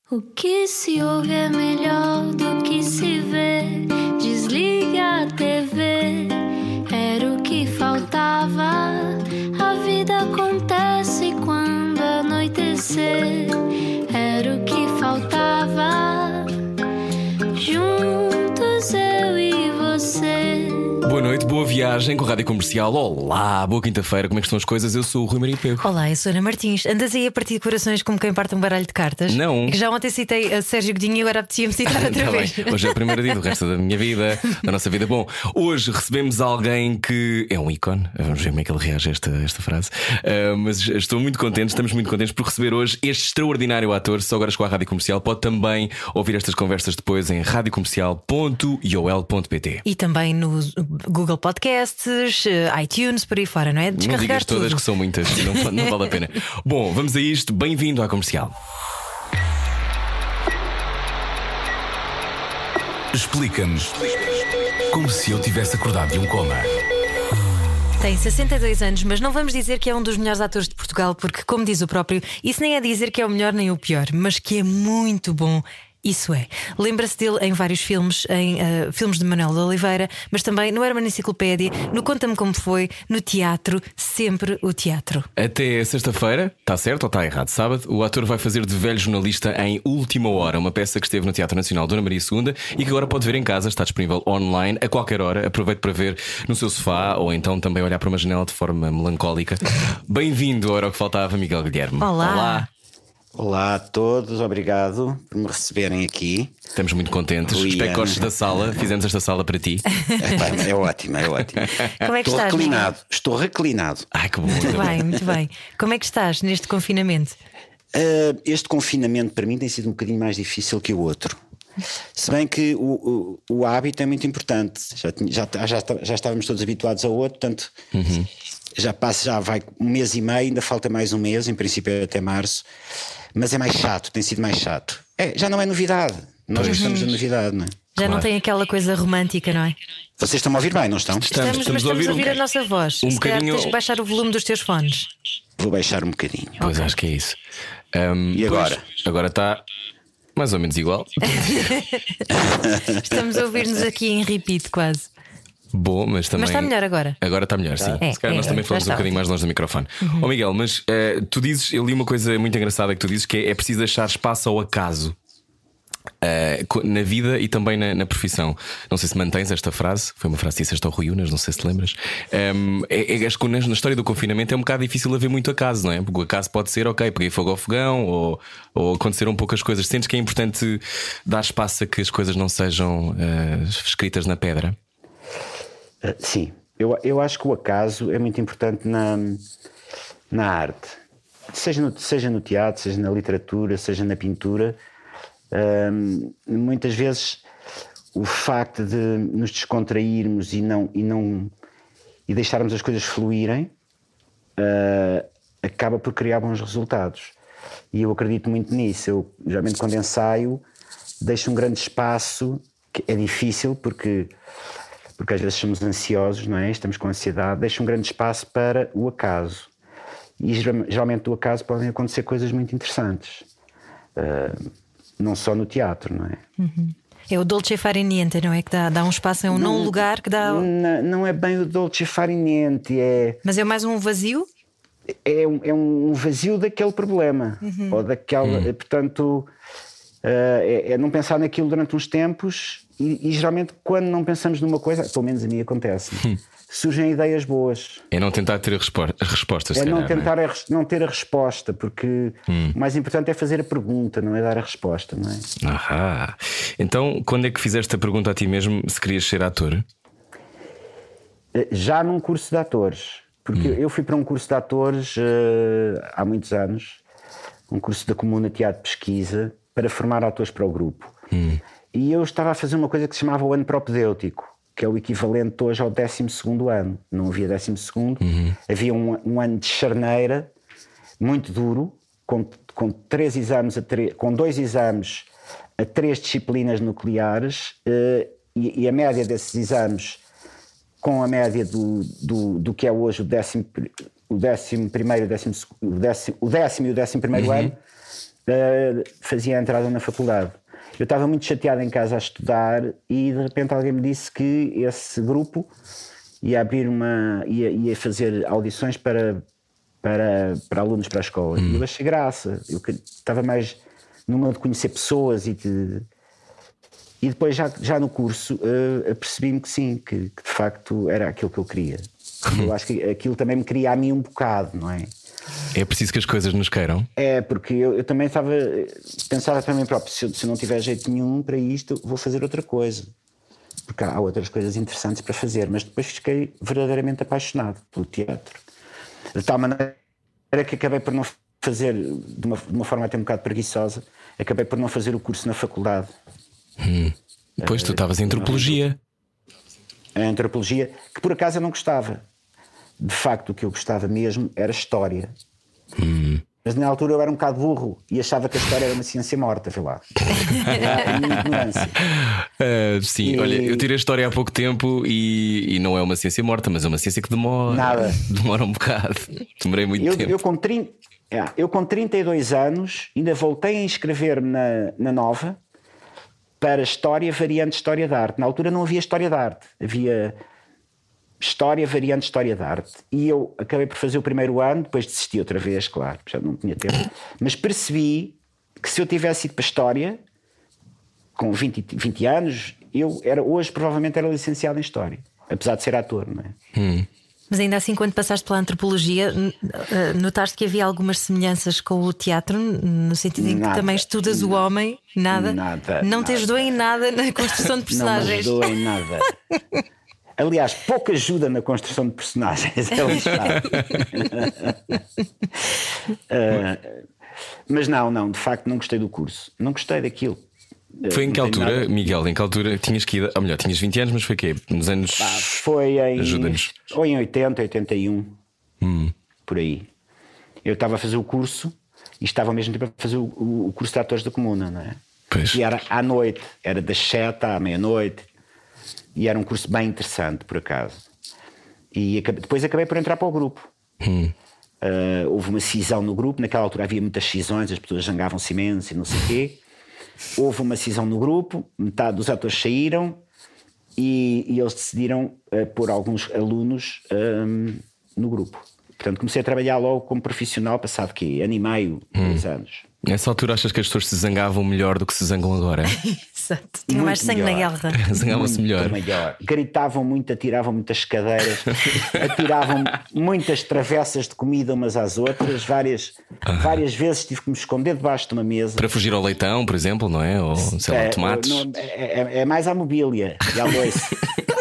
O que se ouve é melhor do que se vê. Desliga a TV, era o que faltava. A vida acontece quando anoitecer. Era o que faltava. Juntos eu e você. Boa noite, boa viagem com a Rádio Comercial. Olá, boa quinta-feira, como é que estão as coisas? Eu sou o Rui Maria Pego. Olá, eu sou Ana Martins. Andas aí a partir de corações como quem parte um baralho de cartas? Não. Que já ontem citei a Sérgio Godinho e agora apetecia-me citar outra vez. Bem. Hoje é o primeiro dia do resto da minha vida, da nossa vida. Bom, hoje recebemos alguém que é um ícone. Vamos ver como é que ele reage a esta frase. Mas estou muito contente, estamos muito contentes por receber hoje este extraordinário ator. Só agora com a Rádio Comercial. Pode também ouvir estas conversas depois em radiocomercial.iol.pt E também no Google Podcasts, iTunes, por aí fora, não é? Não digas todas que são muitas, não vale a pena. Bom, vamos a isto. Bem-vindo à Comercial. Explica-nos como se eu tivesse acordado de um coma. Tem 62 anos, mas não vamos dizer que é um dos melhores atores de Portugal, porque, como diz o próprio, isso nem é dizer que é o melhor nem o pior, mas que é muito bom. Isso é. Lembra-se dele em vários filmes, em filmes de Manuel de Oliveira, mas também no Hermano Enciclopédia, no Conta-me Como Foi, no teatro, sempre o teatro. Até sexta-feira, está certo ou está errado? Sábado, o ator vai fazer de velho jornalista em Última Hora, uma peça que esteve no Teatro Nacional Dona Maria II e que agora pode ver em casa, está disponível online a qualquer hora. Aproveite para ver no seu sofá ou então também olhar para uma janela de forma melancólica. Bem-vindo ao Era o que Faltava, Miguel Guilherme. Olá. Olá a todos, obrigado por me receberem aqui. Estamos muito contentes. Os pecoches da sala, fizemos esta sala para ti. É ótimo, é ótimo. Como é que estás? Estou reclinado. Ai, que bom. Muito bem. Como é que estás neste confinamento? Este confinamento para mim tem sido um bocadinho mais difícil que o outro. Se bem que o hábito é muito importante. Já estávamos todos habituados ao outro, portanto já vai um mês e meio, ainda falta mais um mês, em princípio até março. Mas é mais chato, tem sido mais chato. Já não é novidade. Nós gostamos da novidade, não é? Já não tem aquela coisa romântica, não é? Vocês estão a ouvir bem, não estão? Estamos a ouvir a nossa voz. Um Se calhar bocadinho... tens que baixar o volume dos teus fones. Vou baixar um bocadinho. Pois acho que é isso. E agora? Agora está mais ou menos igual. Estamos a ouvir-nos aqui em repeat quase. Bom, mas também. Mas está melhor agora. Agora está melhor, sim. Se calhar nós também falamos um bocadinho mais longe do microfone. Ó Miguel, mas tu dizes, eu li uma coisa muito engraçada que tu dizes, que é preciso deixar espaço ao acaso na vida e também na profissão. Não sei se mantens esta frase. Foi uma frase que disseste ao Rui Unas, não sei se te lembras. Acho que na história do confinamento é um bocado difícil haver muito acaso, não é? Porque o acaso pode ser, ok, peguei fogo ao fogão ou aconteceram poucas coisas. Sentes que é importante dar espaço a que as coisas não sejam escritas na pedra? Sim, eu acho que o acaso é muito importante na arte, seja no teatro, seja na literatura, seja na pintura. Muitas vezes o facto de nos descontrairmos e deixarmos as coisas fluírem acaba por criar bons resultados. E eu acredito muito nisso. Eu, geralmente, quando ensaio, deixo um grande espaço, que é difícil porque às vezes somos ansiosos, não é? Estamos com ansiedade, deixa um grande espaço para o acaso. E geralmente do acaso podem acontecer coisas muito interessantes. Não só no teatro, não é? É o dolce far niente, não é? Que dá um espaço, é um não lugar que dá. Não é bem o dolce far niente, Mas é mais um vazio? É um vazio daquele problema. Ou daquela. Portanto, é não pensar naquilo durante uns tempos. E geralmente quando não pensamos numa coisa, pelo menos a mim acontece, surgem ideias boas. É não tentar ter as respostas. Não ter a resposta, porque o mais importante é fazer a pergunta, não é dar a resposta, não é? Então, quando é que fizeste a pergunta a ti mesmo se querias ser ator? Já num curso de atores, porque eu fui para um curso de atores há muitos anos, um curso da Comuna Teatro de Pesquisa, para formar atores para o grupo. E eu estava a fazer uma coisa que se chamava o ano propedêutico, que é o equivalente hoje ao 12º ano. Não havia 12º, havia um ano de charneira, muito duro, com 2 exames a 3 disciplinas nucleares, e a média desses exames, com a média do que é hoje o 11º e o 11º ano, fazia a entrada na faculdade. Eu estava muito chateado em casa a estudar e de repente alguém me disse que esse grupo ia abrir ia fazer audições para alunos para a escola. E eu achei graça. Eu estava mais numa de conhecer pessoas e depois já no curso apercebi-me que sim, que de facto era aquilo que eu queria. Eu acho que aquilo também me queria a mim um bocado, não é? É preciso que as coisas nos queiram. É, porque eu também pensava para mim próprio, se eu não tiver jeito nenhum para isto, vou fazer outra coisa. Porque há outras coisas interessantes para fazer, mas depois fiquei verdadeiramente apaixonado pelo teatro. De tal maneira que acabei por não fazer, de uma forma até um bocado preguiçosa, acabei por não fazer o curso na faculdade. Pois tu estavas em antropologia. A antropologia, que por acaso eu não gostava. De facto, o que eu gostava mesmo era história. Mas na altura eu era um bocado burro e achava que a história era uma ciência morta, vê lá. A minha ignorância. Sim, olha, eu tirei a história há pouco tempo e não é uma ciência morta, mas é uma ciência que demora. Nada. Demora um bocado. Demorei muito tempo. Eu com 32 anos ainda voltei a inscrever-me na Nova para História, variante História da Arte. Na altura não havia História da Arte, havia História, variante História da Arte. E eu acabei por fazer o primeiro ano, depois desisti outra vez, claro, já não tinha tempo. Mas percebi que se eu tivesse ido para História, com 20 anos, hoje provavelmente era licenciado em História, apesar de ser ator, não é? Mas ainda assim, quando passaste pela antropologia, notaste que havia algumas semelhanças com o teatro, no sentido em que também estudas o homem? Nada? Não te ajudou em nada na construção de personagens? Não me ajudou em nada. Aliás, pouco ajuda na construção de personagens. É lixado. Mas não, de facto não gostei do curso. Não gostei daquilo. Foi em que altura, nada. Miguel? Em que altura tinhas que ir? Ou melhor, tinhas 20 anos, mas foi quê? Nos anos. Foi em. Ajuda-nos. Ou em 80, 81. Por aí. Eu estava a fazer o curso e estava ao mesmo tempo a fazer o curso de atores da Comuna, não é? Pois. E era à noite, era das 7 à meia-noite. E era um curso bem interessante, por acaso. E depois acabei por entrar para o grupo. Houve uma cisão no grupo. Naquela altura havia muitas cisões, as pessoas zangavam-se imenso e não sei o quê. Houve uma cisão no grupo, metade dos atores saíram e eles decidiram pôr alguns alunos no grupo. Portanto, comecei a trabalhar logo como profissional, passado quê? Ano e meio, 2 anos. Nessa altura achas que as pessoas se zangavam melhor do que se zangam agora? Exato, tinha mais sangue na guerra. Zangavam-se melhor. Gritavam muito, atiravam muitas cadeiras, atiravam muitas travessas de comida umas às outras. Várias vezes tive que me esconder debaixo de uma mesa. Para fugir ao leitão, por exemplo, não é? Ou sei lá, tomates. É mais à mobília e à loiça.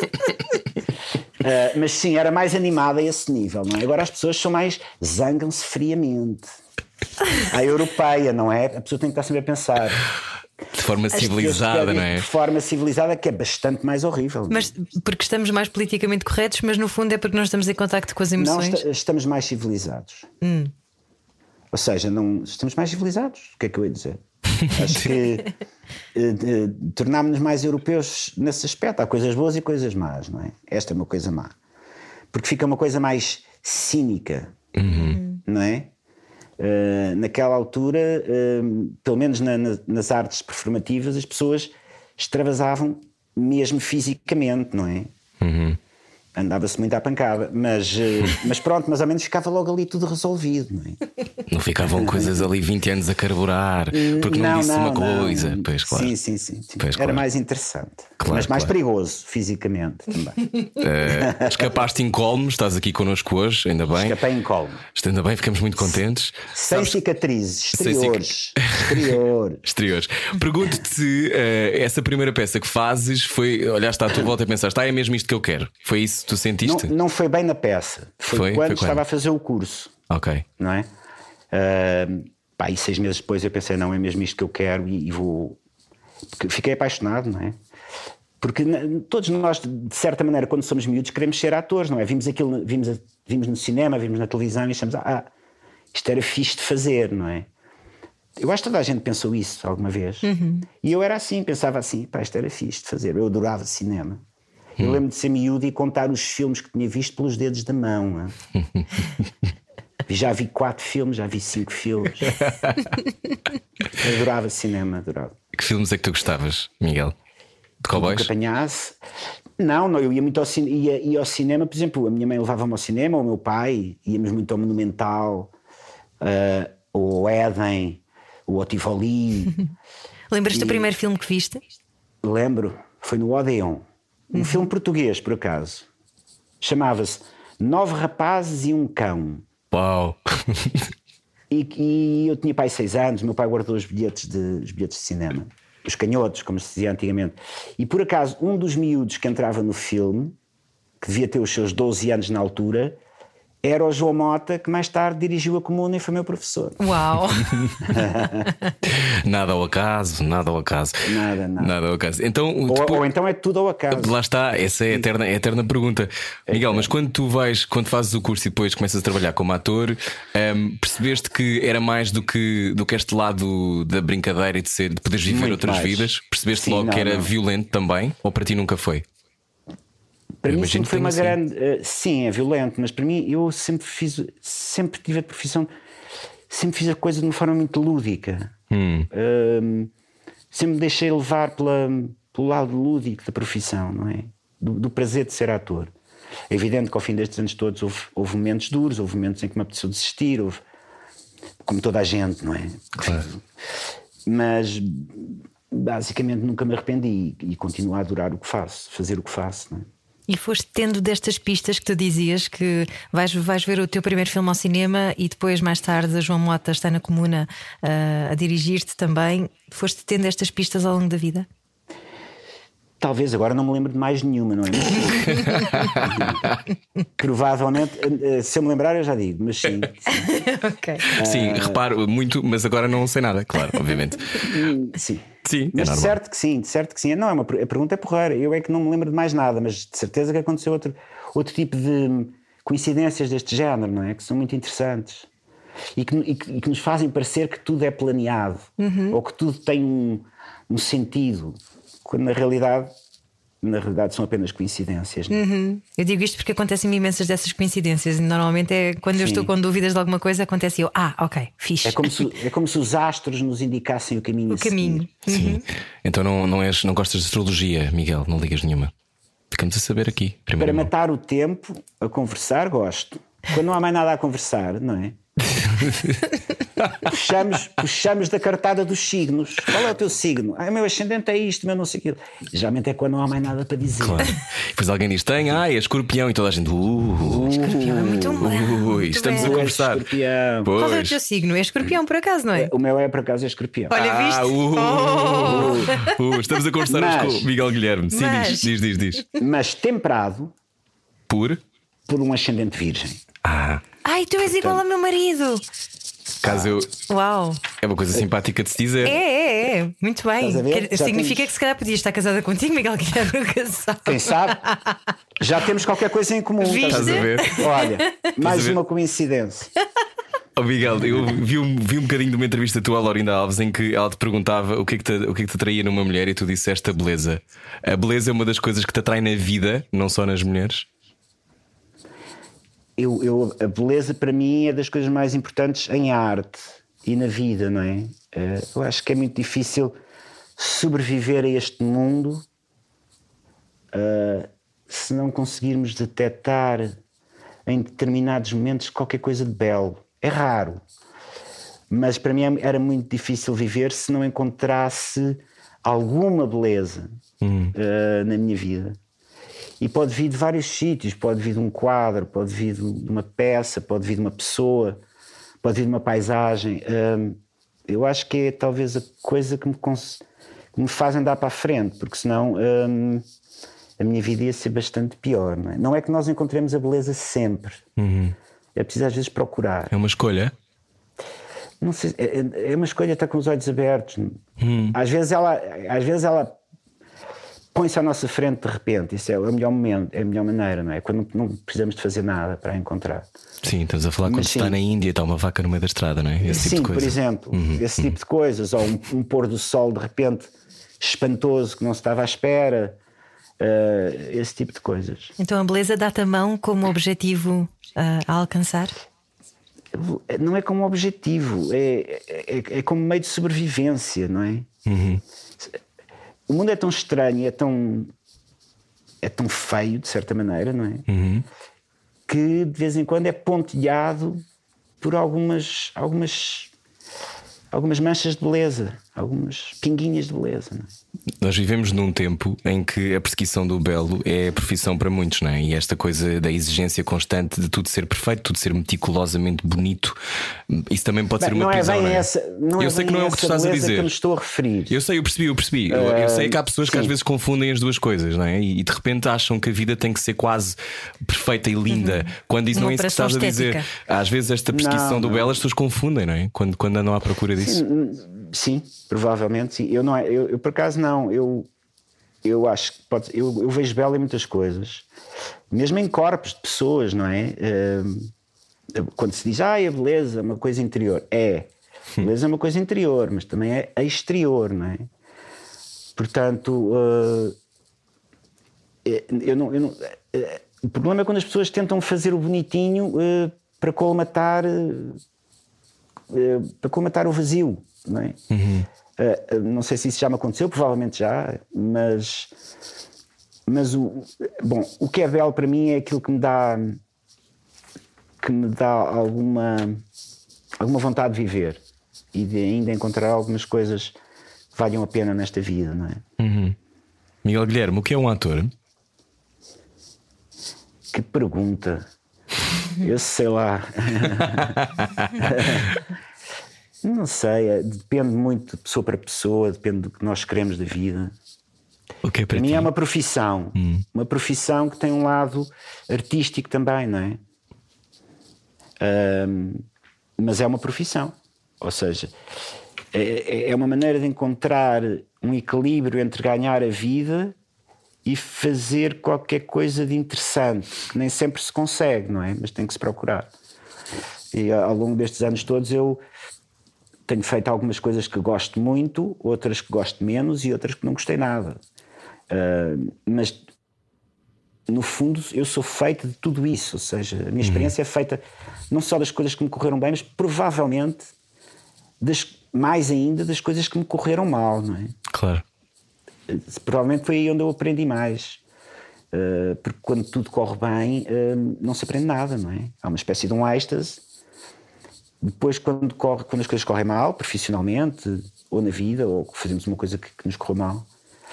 Mas sim, era mais animada a esse nível, não é? Agora as pessoas zangam-se friamente. A europeia, não é? A pessoa tem que estar sempre a pensar de forma civilizada, não é? De forma civilizada, que é bastante mais horrível. Mas porque estamos mais politicamente corretos, mas no fundo é porque não estamos em contacto com as emoções. Não, estamos mais civilizados. Ou seja, não estamos mais civilizados. O que é que eu ia dizer? Acho que tornámos-nos mais europeus nesse aspecto. Há coisas boas e coisas más, não é? Esta é uma coisa má. Porque fica uma coisa mais cínica, não é? Naquela altura, pelo menos nas artes performativas, as pessoas extravasavam mesmo fisicamente, não é? Andava-se muito à pancada, mas pronto, mais ou menos ficava logo ali tudo resolvido, não é? Não ficavam coisas ali 20 anos a carburar porque não disse uma coisa. Pois, claro. Sim. Pois, era mais interessante, mas mais perigoso fisicamente também. Escapaste incólume, estás aqui connosco hoje, ainda bem. Escapei incólume. Ainda bem, ficamos muito contentes. Sem cicatrizes, exteriores. Pergunto-te se essa primeira peça que fazes foi, olhaste à tua volta e pensaste, é mesmo isto que eu quero. Foi isso que tu sentiste? Não foi bem na peça. Foi quando estava a fazer o curso. Ok. Não é? E 6 meses depois eu pensei, não, é mesmo isto que eu quero e vou. Porque fiquei apaixonado, não é? Porque todos nós, de certa maneira, quando somos miúdos, queremos ser atores, não é? Vimos aquilo, vimos no cinema, vimos na televisão e achamos, isto era fixe de fazer, não é? Eu acho que toda a gente pensou isso alguma vez. E eu era assim, pensava assim, isto era fixe de fazer. Eu adorava cinema. Eu lembro de ser miúdo e contar os filmes que tinha visto pelos dedos da mão. Já vi 4 filmes, já vi 5 filmes. Adorava cinema, adorava. Que filmes é que tu gostavas, Miguel? De cowboys? Que apanhasse. Não, eu ia muito ao cinema. Ia ao cinema, por exemplo, a minha mãe levava-me ao cinema, ou o meu pai, íamos muito ao Monumental, ou ao Éden, ou ao Tivoli. Lembras-te do primeiro filme que viste? Lembro, foi no Odeon. Um filme português, por acaso. Chamava-se 9 Rapazes e um Cão. Uau! E eu tinha pai 6 anos, meu pai guardou os bilhetes de cinema. Os canhotos, como se dizia antigamente. E por acaso, um dos miúdos que entrava no filme, que devia ter os seus 12 anos na altura, era o João Mota, que mais tarde dirigiu a Comuna e foi meu professor. Uau! Nada ao acaso. Nada ao acaso. Então, ou então é tudo ao acaso. Lá está, essa é a eterna pergunta. Miguel, mas quando fazes o curso e depois começas a trabalhar como ator, percebeste que era mais do que este lado da brincadeira e de poderes viver Muito outras mais. vidas? Percebeste Sim, logo que era não. violento também? Ou para ti nunca foi? Para Eu mim imagino sempre foi que uma tenha grande. Sim, é violento, mas para mim eu sempre tive a profissão, sempre fiz a coisa de uma forma muito lúdica. Sempre me deixei levar pelo lado lúdico da profissão, não é? Do prazer de ser ator. É evidente que ao fim destes anos todos houve momentos duros, houve momentos em que me apeteceu desistir, como toda a gente, não é? Claro. Mas basicamente nunca me arrependi e continuo a adorar o que faço, fazer o que faço, não é? E foste tendo destas pistas que tu dizias que vais ver o teu primeiro filme ao cinema e depois mais tarde a João Mota está na Comuna a dirigir-te também. Foste tendo estas pistas ao longo da vida? Talvez, agora não me lembro de mais nenhuma, não é? Provavelmente, se eu me lembrar eu já digo, mas sim. Ok. Sim, reparo muito, mas agora não sei nada, claro, obviamente. Sim. Sim, Mas é de normal. certo que sim. Não, a pergunta é porreira. Eu é que não me lembro de mais nada, mas de certeza que aconteceu outro tipo de coincidências deste género, não é? Que são muito interessantes e que nos fazem parecer que tudo é planeado ou que tudo tem um sentido, quando na realidade são apenas coincidências. Não é? Eu digo isto porque acontecem imensas dessas coincidências e normalmente é quando eu Sim. estou com dúvidas de alguma coisa, acontece e eu, ok, fixe. É como se os astros nos indicassem o caminho. O a seguir. caminho. Sim. Então não gostas de astrologia, Miguel? Não ligas nenhuma? Ficamos a saber aqui. Para Primeiro matar o tempo a conversar, gosto. Quando não há mais nada a conversar, não é? puxamos da cartada dos signos. Qual é o teu signo? O meu ascendente é isto, o meu não sei aquilo. Geralmente é quando não há mais nada para dizer. Claro. Depois alguém diz: é escorpião, e toda a gente. Escorpião é muito estamos a bem. conversar. Escorpião. Pois. Qual é o teu signo? É escorpião, por acaso, não é? O meu é por acaso escorpião. Olha, viste? Estamos a conversar Mas- com o Miguel Guilherme. Sim, Mas- diz. Mas temperado Por um ascendente virgem. Ai, tu és igual ao meu marido. caso eu. Uau. É uma coisa simpática de se dizer. É. Muito bem. Estás a ver? Já Significa temos- que se calhar podias estar casada contigo, Miguel Guilherme, nunca se sabe. Quem sabe? Já temos qualquer coisa em comum. Viste? Estás a ver? Olha, mais ver? uma coincidência. Oh, Miguel, eu vi um bocadinho de uma entrevista tua à Laurinda Alves em que ela te perguntava o que é que te atraía numa mulher e tu disseste a beleza. A beleza é uma das coisas que te atrai na vida, não só nas mulheres. A beleza para mim é das coisas mais importantes em arte e na vida, não é? Eu acho que é muito difícil sobreviver a este mundo se não conseguirmos detectar em determinados momentos qualquer coisa de belo. É raro, mas para mim era muito difícil viver se não encontrasse alguma beleza na minha vida. E pode vir de vários sítios, pode vir de um quadro, pode vir de uma peça, pode vir de uma pessoa, pode vir de uma paisagem. Eu acho que é talvez a coisa que me faz andar para a frente, porque senão a minha vida ia ser bastante pior. Não é que nós encontremos a beleza sempre, é preciso às vezes procurar. É uma escolha. Não sei, é uma escolha estar com os olhos abertos. Às vezes ela põe-se à nossa frente de repente. Isso é o melhor momento, é a melhor maneira, não é? Quando não precisamos de fazer nada para a encontrar. Sim, estamos a falar quando Mas se está sim. na Índia e está uma vaca no meio da estrada, não é? Esse Sim, tipo de coisa. por exemplo, esse tipo de coisas, ou um pôr do sol de repente espantoso que não se estava à espera, esse tipo de coisas. Então a beleza dá-te a mão como objetivo a alcançar? não é como objetivo, é como meio de sobrevivência, não é? O mundo é tão estranho, é tão feio, de certa maneira, não é? Que de vez em quando é pontilhado por algumas manchas de beleza, algumas pinguinhas de beleza, não é? Nós vivemos num tempo em que a perseguição do belo é a profissão para muitos, não é? E esta coisa da exigência constante de tudo ser perfeito, tudo ser meticulosamente bonito, isso também pode ser uma prisão, não é? Eu sei que não é o que tu estás a dizer. Que me estou a referir. Eu sei, eu percebi. Eu sei que há pessoas que às vezes confundem as duas coisas, não é? E de repente acham que a vida tem que ser quase perfeita e linda, quando isso não é isso que estás a dizer. Às vezes esta perseguição do belo as pessoas confundem, não é? Quando andam à procura disso. Sim, provavelmente sim. Eu por acaso não. Eu acho que eu vejo belo em muitas coisas, mesmo em corpos de pessoas, não é? Quando se diz a beleza é uma coisa interior, beleza é uma coisa interior, mas também é exterior, não é? Portanto, o problema é quando as pessoas tentam fazer o bonitinho para colmatar o vazio, não é? Não sei se isso já me aconteceu, provavelmente já, mas o que é belo para mim é aquilo que me dá alguma vontade de viver e de ainda encontrar algumas coisas que valham a pena nesta vida, não é? Miguel Guilherme, o que é um ator? Que pergunta! Eu sei lá. Não sei, depende muito de pessoa para pessoa, depende do que nós queremos da vida. Okay, para mim é uma profissão, uma profissão que tem um lado artístico também, não é? Mas é uma profissão, ou seja, é uma maneira de encontrar um equilíbrio entre ganhar a vida e fazer qualquer coisa de interessante, que nem sempre se consegue, não é? Mas tem que se procurar. E ao longo destes anos todos eu tenho feito algumas coisas que gosto muito, outras que gosto menos e outras que não gostei nada. Mas, no fundo, eu sou feito de tudo isso. Ou seja, a minha experiência é feita não só das coisas que me correram bem, mas provavelmente, mais ainda, das coisas que me correram mal, não é? Claro. Provavelmente foi aí onde eu aprendi mais. Porque quando tudo corre bem, não se aprende nada, não é? Há uma espécie de um êxtase. Depois, quando as coisas correm mal, profissionalmente, ou na vida, ou fazemos uma coisa que nos correu mal,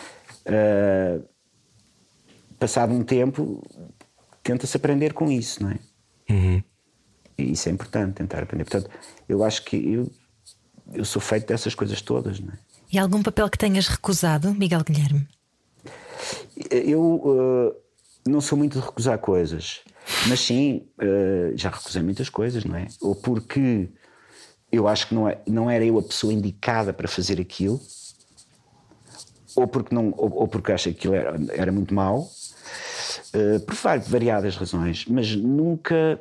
passado um tempo, tenta-se aprender com isso, não é? E isso é importante, tentar aprender. Portanto, eu acho que eu sou feito dessas coisas todas, não é? E algum papel que tenhas recusado, Miguel Guilherme? Eu não sou muito de recusar coisas. Mas sim, já recusei muitas coisas, não é? Ou porque eu acho que não era eu a pessoa indicada para fazer aquilo, ou porque acho que aquilo era muito mau, por variadas razões, mas nunca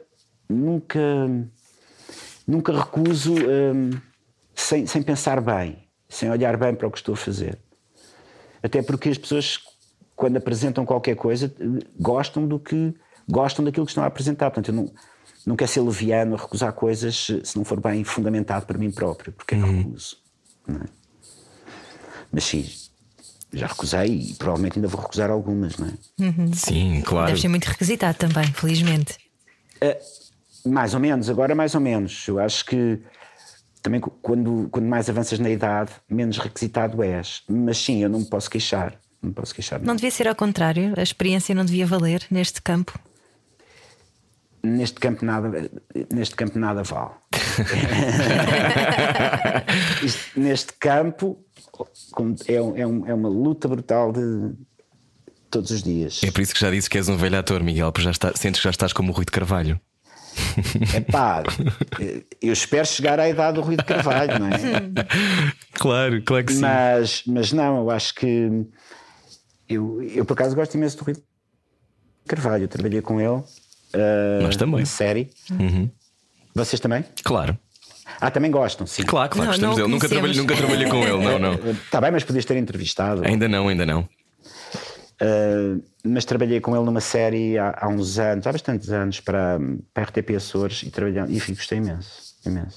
recuso sem pensar bem, sem olhar bem para o que estou a fazer. Até porque as pessoas, quando apresentam qualquer coisa, gostam daquilo que estão a apresentar. Portanto, eu não quero ser leviano a recusar coisas se não for bem fundamentado para mim próprio, porque é que recuso, não é? Mas sim, já recusei e provavelmente ainda vou recusar algumas, não é? Sim, claro. Deve ser muito requisitado também, felizmente. Mais ou menos, agora mais ou menos. Eu acho que também quando mais avanças na idade, menos requisitado és. Mas sim, eu não me posso queixar. Não devia ser ao contrário? A experiência não devia valer neste campo? Neste campo nada vale. Neste campo é uma luta brutal de todos os dias. É por isso que já disse que és um velho ator, Miguel, porque sentes que já estás como o Rui de Carvalho. Eu espero chegar à idade do Rui de Carvalho, não é? Claro que sim. Mas não, eu acho que eu por acaso gosto imenso do Rui de Carvalho. Eu trabalhei com ele. Nós também. Na série. Vocês também? Claro. Também gostam, sim. Claro, gostamos dele. Nunca trabalhei com ele, não. Está bem, mas podias ter entrevistado. Ainda não. Mas trabalhei com ele numa série há uns anos, há bastantes anos, para a RTP Açores e gostei imenso.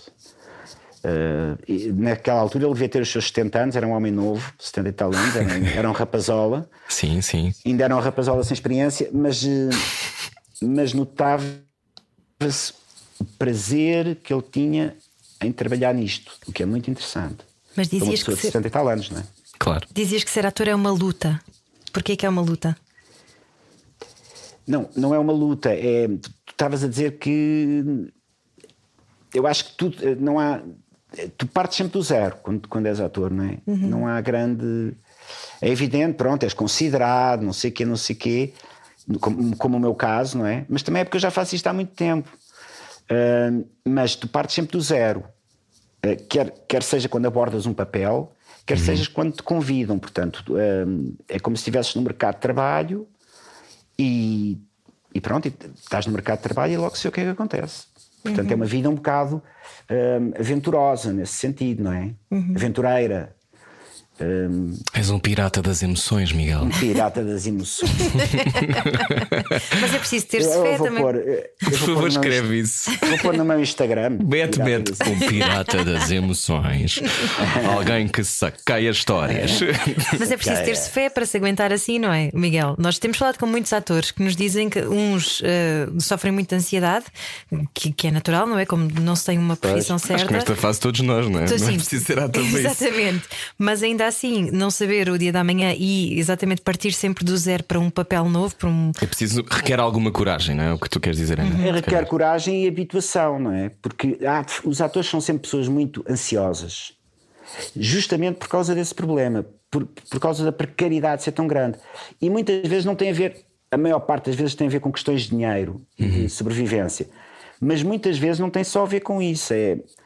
E naquela altura ele devia ter os seus 70 anos, era um homem novo, 70 e tal anos, era um rapazola. Sim. Ainda era um rapazola sem experiência, mas notava-se o prazer que ele tinha em trabalhar nisto, o que é muito interessante. Mas dizias que 70 e tal anos, não é? Claro. Dizias que ser ator é uma luta. Porquê que é uma luta? Não é uma luta. Tu estavas a dizer que eu acho que tu partes sempre do zero quando és ator, não é? Não há grande. É evidente, pronto, és considerado, não sei o quê, como o meu caso, não é? Mas também é porque eu já faço isto há muito tempo. Mas tu partes sempre do zero, quer seja quando abordas um papel, quer seja quando te convidam. Portanto, é como se estivesses no mercado de trabalho e pronto, estás no mercado de trabalho e logo sei o que é que acontece. Portanto, é uma vida um bocado aventurosa nesse sentido, não é? Aventureira. És um pirata das emoções, Miguel. Um pirata das emoções. Mas é preciso ter-se fé também. Por favor, escreve isso. Vou pôr no meu Instagram. Mete um pirata das emoções. Alguém que saqueia histórias. Mas é preciso ter-se fé para se aguentar assim, não é, Miguel? Nós temos falado com muitos atores que nos dizem que uns sofrem muita ansiedade, que é natural, não é? Como não se tem uma profissão certa. Acho que nesta fase todos nós, não é? Então, não é preciso ser ator para isso. Exatamente. Mas ainda assim, não saber o dia da manhã e exatamente partir sempre do zero para um papel novo, É preciso, requer alguma coragem, não é? O que tu queres dizer, Ana? Requer coragem e habituação, não é? Porque os atores são sempre pessoas muito ansiosas, justamente por causa desse problema, por causa da precariedade de ser tão grande. E muitas vezes não tem a ver, a maior parte das vezes tem a ver com questões de dinheiro e de sobrevivência, mas muitas vezes não tem só a ver com isso.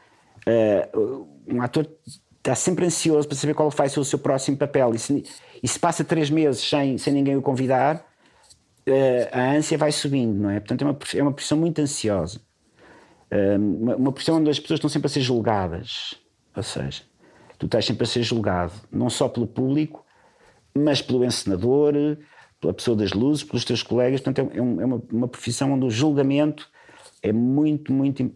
Um ator está sempre ansioso para saber qual vai ser o seu próximo papel, e se passa 3 meses sem ninguém o convidar, a ânsia vai subindo, não é? Portanto, é uma profissão muito ansiosa, uma profissão onde as pessoas estão sempre a ser julgadas, ou seja, tu estás sempre a ser julgado, não só pelo público, mas pelo encenador, pela pessoa das luzes, pelos teus colegas. Portanto, é uma profissão onde o julgamento é muito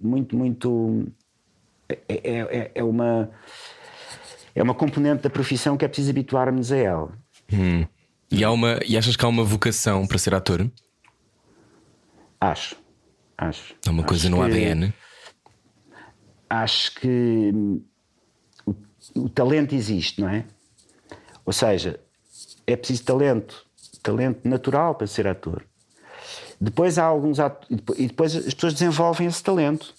é uma componente da profissão que é preciso habituar-nos a ela. E achas que há uma vocação para ser ator? Acho. É uma coisa no ADN? Acho que o talento existe, não é? Ou seja, é preciso talento natural para ser ator. Depois há alguns e depois as pessoas desenvolvem esse talento.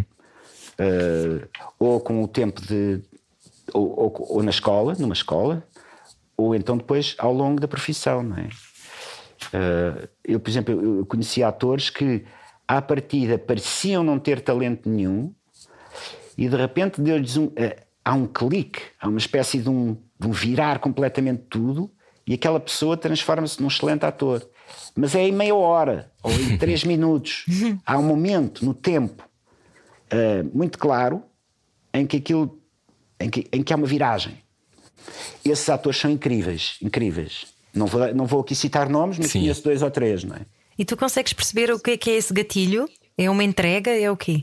Ou com o tempo ou na escola, numa escola, ou então depois ao longo da profissão, não é? Eu, por exemplo, eu conheci atores que à partida pareciam não ter talento nenhum e de repente deu-lhes há um clique, há uma espécie de um virar completamente tudo e aquela pessoa transforma-se num excelente ator. Mas é em meia hora ou em 3 minutos. Há um momento no tempo muito claro em que há uma viragem. Esses atores são incríveis. Não vou aqui citar nomes, mas conheço 2 ou 3, não é? E tu consegues perceber o que é esse gatilho? É uma entrega? É o quê?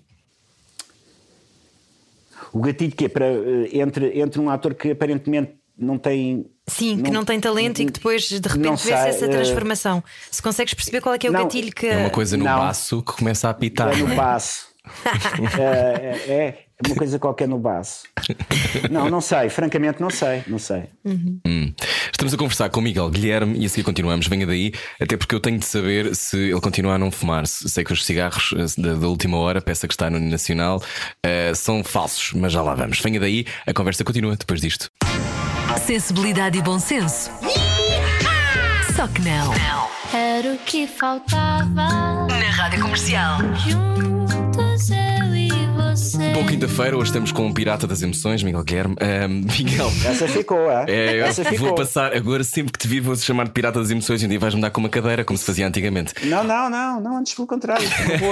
O gatilho que é entre um ator que aparentemente não tem... Sim, que não tem talento e que depois de repente vê-se essa transformação. Se consegues perceber qual é que é o gatilho que... É uma coisa no baço que começa a apitar. É no baço. É uma coisa qualquer no baço. Não sei, francamente não sei. Estamos a conversar com o Miguel Guilherme e a seguir continuamos. Venha daí, até porque eu tenho de saber se ele continua a não fumar. Sei que os cigarros da última hora, peça que está no Nacional, são falsos, mas já lá vamos. Venha daí, a conversa continua depois disto. Sensibilidade e bom senso. Só que não. Era o que faltava Na Rádio Comercial. juntos eu e você. você. Boa quinta-feira, hoje estamos com o Pirata das Emoções, Miguel Guilherme. Miguel, Essa ficou, eu vou passar agora, sempre que te vir, vou-te chamar de Pirata das Emoções e um dia vais-me dar com uma cadeira, como se fazia antigamente. Não, antes pelo contrário.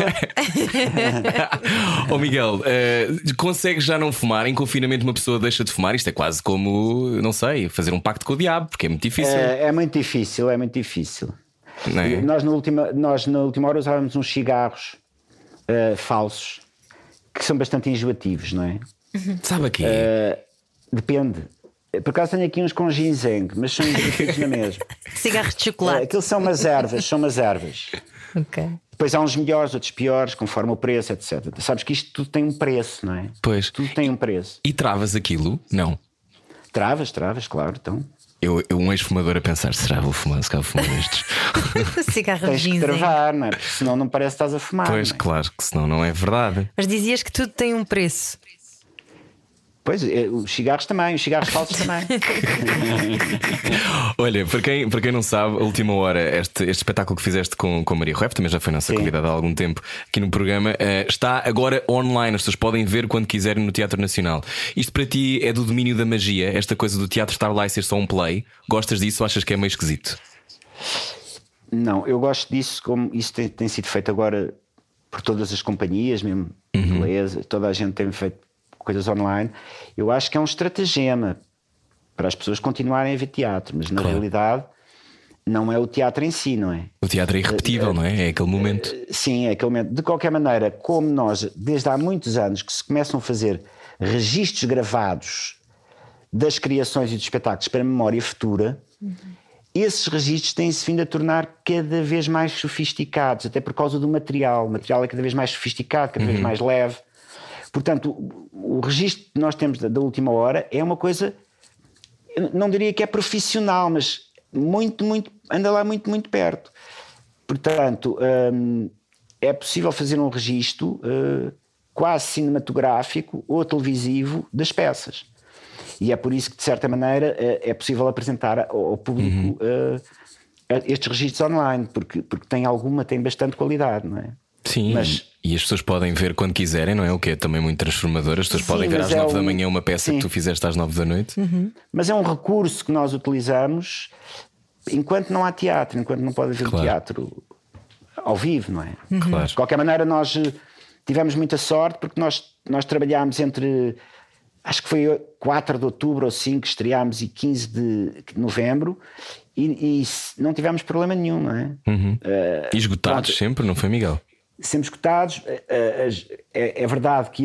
Ó Miguel, consegues já não fumar? Em confinamento uma pessoa deixa de fumar? Isto é quase como, não sei, fazer um pacto com o diabo, porque é muito difícil. É muito difícil. Não é? Nós na última hora usávamos uns cigarros falsos que são bastante enjoativos, não é? Sabe aqui? Depende. Por acaso tenho aqui uns com ginseng, mas são enjoativos na mesma. Cigarros de chocolate. Aquilo são umas ervas. Ok. Depois há uns melhores, outros piores, conforme o preço, etc. Sabes que isto tudo tem um preço, não é? Pois. Tudo tem um preço. E travas aquilo? Não. Travas, claro. Então Eu um ex-fumador a pensar, será que vou fumar? Se calhar vou fumar estes. Cigarro de tens que ginseng. travar, não é? Porque senão não parece que estás a fumar. Pois, não é? claro, que senão não é verdade. Mas dizias que tudo tem um preço. Pois, os cigarros também, os cigarros falsos também. Olha, para quem não sabe, a última hora, este espetáculo que fizeste com a Maria Rueff, também já foi nossa convidada há algum tempo aqui no programa, está agora online. As pessoas podem ver quando quiserem no Teatro Nacional. Isto para ti é do domínio da magia, esta coisa do teatro estar lá e ser só um play? Gostas disso ou achas que é meio esquisito? Não, eu gosto disso, como isso tem sido feito agora por todas as companhias, mesmo inglesa, toda a gente tem feito coisas online. Eu acho que é um estratagema para as pessoas continuarem a ver teatro, mas na realidade não é o teatro em si, não é? O teatro é irrepetível, não é? É aquele momento. Sim, é aquele momento. De qualquer maneira, como nós, desde há muitos anos que se começam a fazer registros gravados das criações e dos espetáculos para a memória futura, esses registros têm-se vindo a tornar cada vez mais sofisticados, até por causa do material. O material é cada vez mais sofisticado, cada vez mais leve. Portanto, o registro que nós temos da última hora é uma coisa, eu não diria que é profissional, mas anda lá muito perto. Portanto, é possível fazer um registro quase cinematográfico ou televisivo das peças. E é por isso que, de certa maneira, é possível apresentar ao público estes registros online, porque tem bastante qualidade, não é? Sim, e as pessoas podem ver quando quiserem, não é? O que é também muito transformador. As pessoas podem ver às 9 da manhã uma peça que tu fizeste às 9 da noite. Mas é um recurso que nós utilizamos enquanto não há teatro, enquanto não pode haver teatro ao vivo, não é? Claro. De qualquer maneira, nós tivemos muita sorte porque nós trabalhámos entre, acho que foi 4 de outubro ou 5, estreámos, e 15 de novembro, e não tivemos problema nenhum, não é? E esgotados sempre, não foi, Miguel? Sempre escutados. É verdade que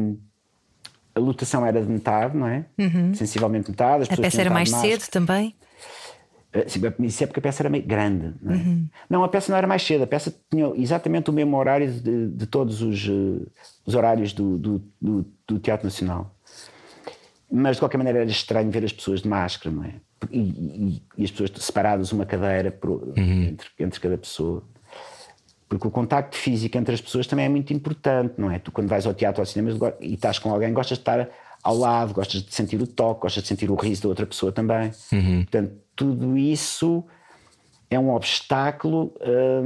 a lotação era de metade, não é? Sensivelmente metade. A peça era mais cedo também? Isso é porque a peça era meio grande, não é? Não, a peça não era mais cedo. A peça tinha exatamente o mesmo horário de todos os horários do Teatro Nacional. Mas de qualquer maneira era estranho ver as pessoas de máscara, não é? E as pessoas separadas uma cadeira entre cada pessoa. Porque o contacto físico entre as pessoas também é muito importante, não é? Tu, quando vais ao teatro ou ao cinema e estás com alguém, gostas de estar ao lado, gostas de sentir o toque, gostas de sentir o riso da outra pessoa também. Portanto, tudo isso é um obstáculo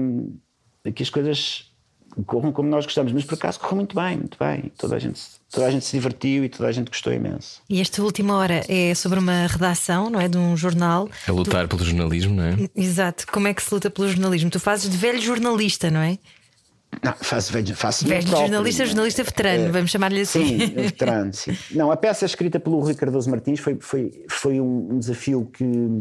a que as coisas corram como nós gostamos. Mas por acaso correu muito bem. Toda a gente se divertiu e toda a gente gostou imenso. E esta última hora é sobre uma redação, não é? De um jornal. A lutar pelo jornalismo, não é? Exato. Como é que se luta pelo jornalismo? Tu fazes de velho jornalista, não é? Não, faço velho próprio, jornalista veterano, vamos chamar-lhe assim. Sim, veterano, sim. Não, a peça escrita pelo Rui Cardoso Martins foi um desafio que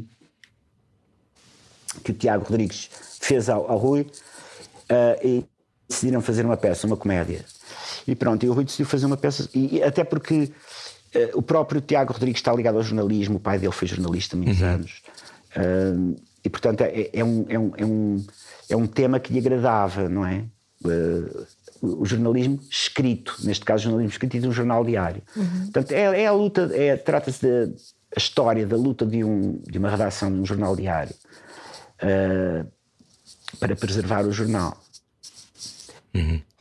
o Tiago Rodrigues fez ao Rui, e decidiram fazer uma peça, uma comédia. E pronto, e o Rui decidiu fazer uma peça, e até porque o próprio Tiago Rodrigues está ligado ao jornalismo, o pai dele foi jornalista há muitos anos, e portanto é um tema que lhe agradava, não é? O jornalismo escrito, neste caso o jornalismo escrito e de um jornal diário. Portanto, é a luta, trata-se da história da luta de uma redação de um jornal diário para preservar o jornal. Que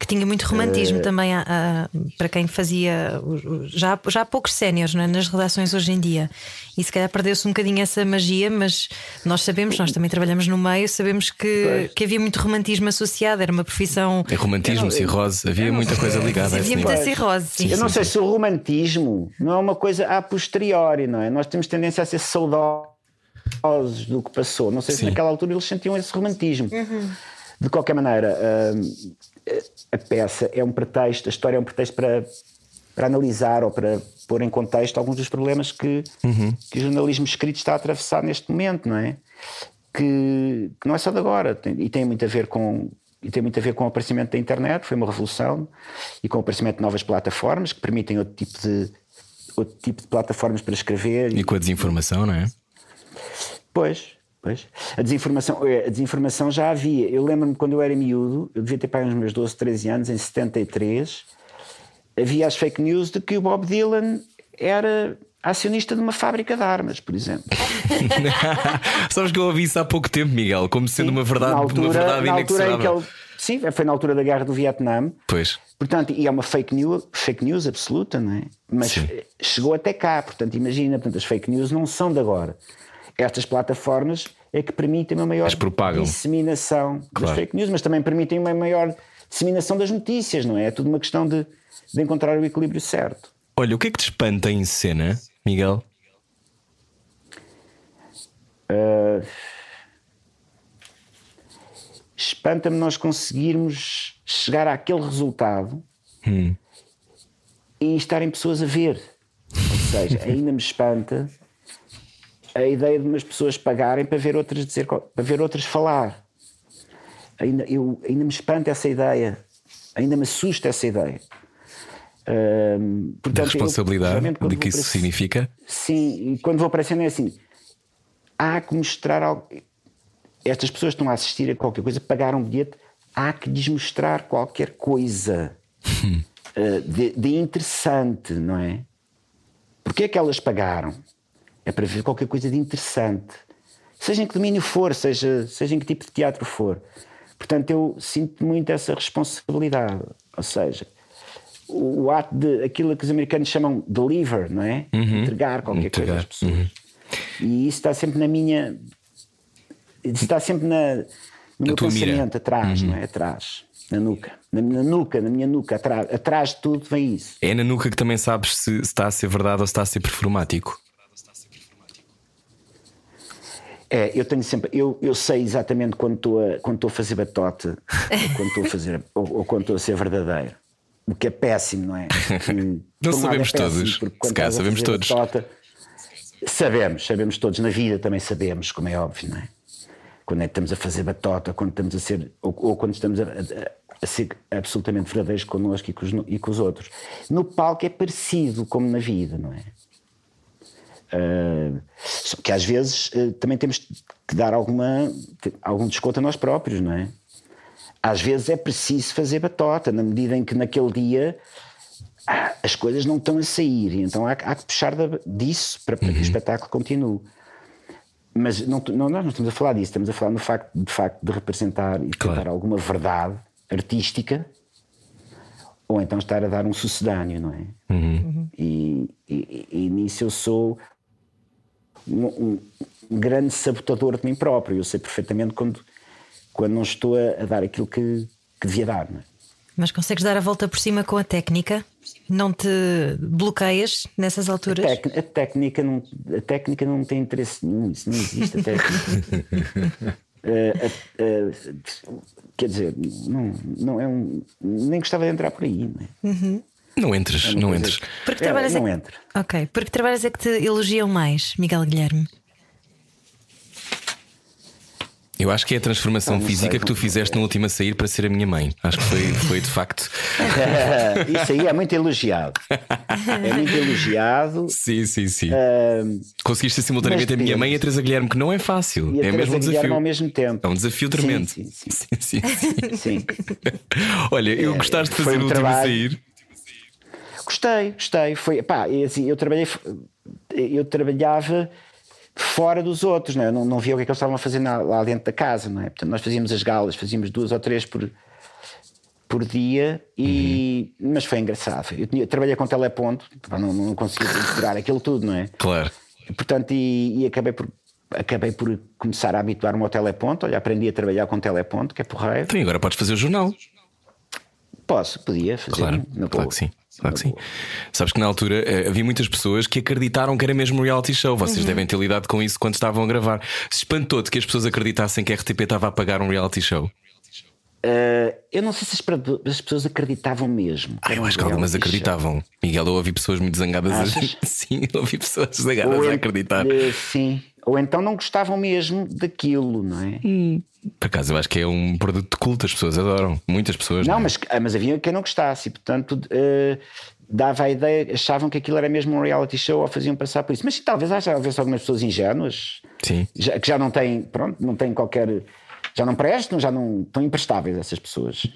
Que tinha muito romantismo também para quem fazia. Já há poucos séniores, não é? Nas redações hoje em dia. E se calhar perdeu-se um bocadinho essa magia, mas nós sabemos, nós também trabalhamos no meio, sabemos que havia muito romantismo associado, era uma profissão. Romantismo, cirrose, havia muita coisa ligada a esse Havia muita cirrose. Sim. Eu não sei se o romantismo não é uma coisa a posteriori, não é? Nós temos tendência a ser saudosos do que passou. Não sei se naquela altura eles sentiam esse romantismo. De qualquer maneira, a peça é um pretexto, a história é um pretexto para analisar ou para pôr em contexto alguns dos problemas que o jornalismo escrito está a atravessar neste momento, não é? Que não é só de agora, tem muito a ver com o aparecimento da internet, foi uma revolução, e com o aparecimento de novas plataformas que permitem outro tipo de plataformas para escrever. E com a desinformação, não é? Pois. A desinformação já havia. Eu lembro-me quando eu era miúdo, eu devia ter para uns meus 12, 13 anos, em 73, havia as fake news de que o Bob Dylan era acionista de uma fábrica de armas, por exemplo. Sabes que eu ouvi isso há pouco tempo, Miguel, como sendo uma verdade inexorável. Sim, foi na altura da guerra do Vietnã. Pois. Portanto, e é uma fake news absoluta, não é? Mas chegou até cá, portanto, imagina, as fake news não são de agora. Estas plataformas é que permitem uma maior disseminação das fake news, mas também permitem uma maior disseminação das notícias, não é? É tudo uma questão de encontrar o equilíbrio certo. Olha, o que é que te espanta em cena, Miguel? Espanta-me nós conseguirmos chegar àquele resultado e estarem pessoas a ver. Ou seja, ainda me espanta a ideia de umas pessoas pagarem para ver outras dizer, para ver outras falar. Ainda me espanta essa ideia, ainda me assusta essa ideia. Portanto, da responsabilidade de que isso significa? Sim, e quando vou para a cena é assim: há que mostrar algo. Estas pessoas estão a assistir a qualquer coisa, pagaram um bilhete, há que lhes mostrar qualquer coisa de interessante, não é? Porque é que elas pagaram? É para ver qualquer coisa de interessante, seja em que domínio for, seja em que tipo de teatro for. Portanto, eu sinto muito essa responsabilidade. Ou seja, o ato de aquilo que os americanos chamam deliver, não é? Entregar qualquer coisa às pessoas. E isso está sempre na minha. Isso está sempre no meu pensamento, atrás, não é? Atrás, na nuca. Na minha nuca, atrás de tudo vem isso. É na nuca que também sabes se está a ser verdade ou se está a ser performático. Eu tenho sempre. Eu sei exatamente quando estou a fazer batota ou quando estou a ser verdadeiro. O que é péssimo, não é? Não sabemos todos. Se calhar sabemos todos. Batota, sabemos todos. Na vida também sabemos, como é óbvio, não é? Quando é que estamos a fazer batota, quando estamos a ser. Ou quando estamos a ser absolutamente verdadeiros connosco e com os outros. No palco é parecido como na vida, não é? Só que às vezes também temos que dar algum desconto a nós próprios, não é? Às vezes é preciso fazer batota, na medida em que naquele dia as coisas não estão a sair, e então há que puxar disso para que o espetáculo continue. Mas nós não estamos a falar disso, estamos a falar no facto de representar e tentar alguma verdade artística, ou então estar a dar um sucedâneo, não é? E nisso eu sou um grande sabotador de mim próprio. Eu sei perfeitamente quando não estou a dar aquilo que devia dar, não é? Mas consegues dar a volta por cima com a técnica? Não te bloqueias nessas alturas? A técnica não tem interesse nenhum. Isso não existe, a técnica. Quer dizer, não é nem gostava de entrar por aí, não é? Não entres. Porque trabalhas não entro. Ok, porque trabalhas é que te elogiam mais, Miguel Guilherme? Eu acho que é a transformação física que tu fizeste no último a sair para ser a minha mãe. Acho que foi de facto. Isso aí é muito elogiado. É muito elogiado. Sim. Conseguiste ser simultaneamente a minha mãe e a Teresa Guilherme, que não é fácil. E a é mesmo um desafio ao mesmo tempo. É um desafio tremendo. Sim. Olha, eu gostaste de fazer o último a sair. Gostei. Foi, assim, eu trabalhava fora dos outros, não é? Eu não via o que é que eles estavam a fazer lá dentro da casa, não é? Portanto, nós fazíamos as galas, fazíamos 2 ou 3 por dia, mas foi engraçado. Eu trabalhei com teleponto, não conseguia integrar aquilo tudo, não é? Claro. Portanto, acabei por começar a habituar-me ao teleponto. Olha, aprendi a trabalhar com teleponto, que é porreiro. Então, agora podes fazer o jornal. Podia fazer. Claro que sim. Claro que sim. Sabes que na altura havia muitas pessoas que acreditaram que era mesmo um reality show. Vocês devem ter lidado com isso quando estavam a gravar. Se espantou-te que as pessoas acreditassem que a RTP estava a pagar um reality show? Eu não sei se as pessoas acreditavam mesmo. Eu acho que algumas acreditavam. Miguel, eu ouvi pessoas muito zangadas. Sim, eu ouvi pessoas zangadas a acreditar. Sim. Ou então não gostavam mesmo daquilo, não é? Por acaso eu acho que é um produto de culto, as pessoas adoram. Muitas pessoas. Não, mas havia quem não gostasse e, portanto, dava a ideia, achavam que aquilo era mesmo um reality show ou faziam passar por isso. Mas talvez haja algumas pessoas ingênuas. Sim. Que já não têm, pronto, não têm qualquer. Já não prestam, já não estão imprestáveis essas pessoas.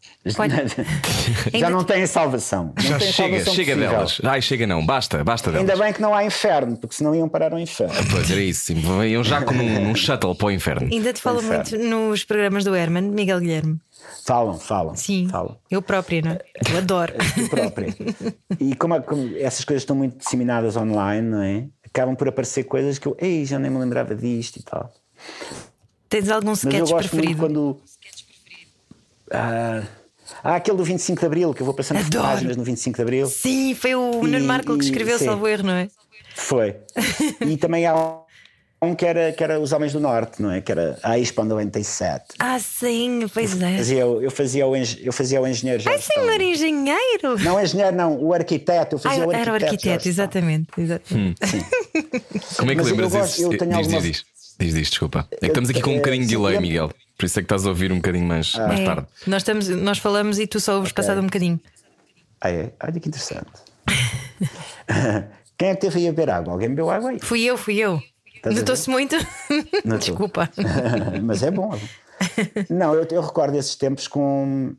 Já não têm salvação. Já chega delas. Ai, chega não, basta delas. Ainda bem que não há inferno, porque senão iam parar ao inferno. Pois era isso, sim. Iam já como num shuttle para o inferno. Ainda te falo muito nos programas do Herman, Miguel Guilherme. Falam. Sim, falam. Eu própria, não é? Eu adoro. Eu própria. E como essas coisas estão muito disseminadas online, não é? Acabam por aparecer coisas que eu já nem me lembrava disto e tal. Tens algum sketch preferido? Muito quando. Aquele do 25 de Abril, que eu vou passando as páginas no 25 de Abril. Sim, foi o Nuno Marco que escreveu, salvo erro, não é? Foi. E também há um que era Os Homens do Norte, não é? Que era a Expo 97. Sim, pois é. Eu fazia o engenheiro. Senhor engenheiro? Não, engenheiro não, o arquiteto. Eu fazia o arquiteto. Era o arquiteto, exatamente. Sim. Como é que mas lembras isso? Diz, desculpa. É que estamos aqui com um bocadinho de delay, Miguel. Por isso é que estás a ouvir um bocadinho mais tarde. Nós falamos e tu só ouves passado um bocadinho. Olha que interessante. Quem é que teve aí a beber água? Alguém bebeu água aí? Fui eu. Notou-se muito? Desculpa. Mas é bom. Não, eu recordo esses tempos com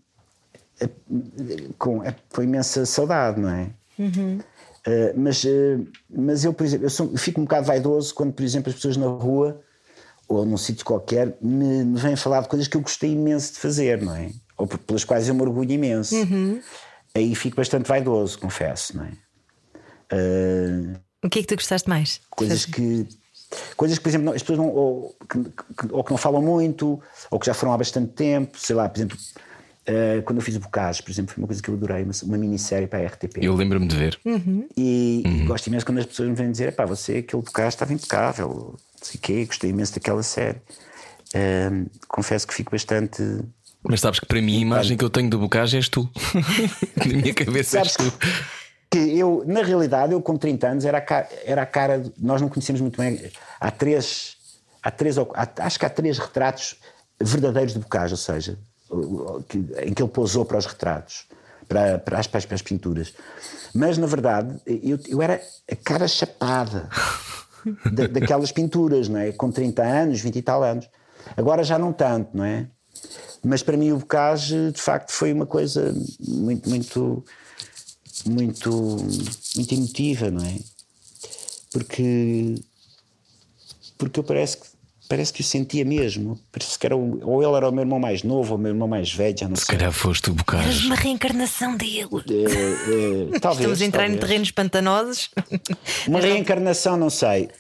imensa saudade, não é? Mas eu, por exemplo, eu fico um bocado vaidoso quando, por exemplo, as pessoas na rua ou num sítio qualquer me vêm falar de coisas que eu gostei imenso de fazer, não é? Ou pelas quais eu me orgulho imenso. Aí fico bastante vaidoso, confesso, não é? O que é que tu gostaste mais? Coisas que, por exemplo, as pessoas ou que não falam muito, ou que já foram há bastante tempo, sei lá, por exemplo. Quando eu fiz o Bocage, por exemplo, foi uma coisa que eu adorei, uma minissérie para a RTP. Eu lembro-me de ver. E gosto imenso quando as pessoas me vêm dizer: aquele Bocage estava impecável, não sei o quê, gostei imenso daquela série. Confesso que fico bastante. Mas sabes que para mim a imagem que eu tenho do Bocage és tu. Na minha cabeça és tu. Que eu, na realidade, eu com 30 anos era a cara. Nós não conhecemos muito bem. Acho que há 3 retratos verdadeiros de Bocage, ou seja, em que ele posou para os retratos, para as pinturas. Mas na verdade eu era a cara chapada daquelas pinturas, não é? Com 30 anos, 20 e tal anos. Agora já não tanto, não é? Mas para mim o Bocage de facto foi uma coisa muito emotiva, não é? Porque eu parece que o sentia mesmo. Parece que ou ele era o meu irmão mais novo ou o meu irmão mais velho, já não sei. Se calhar foste o Bocage. Eras uma reencarnação dele. Talvez. Estamos a entrar em terrenos pantanosos. Uma reencarnação, não sei,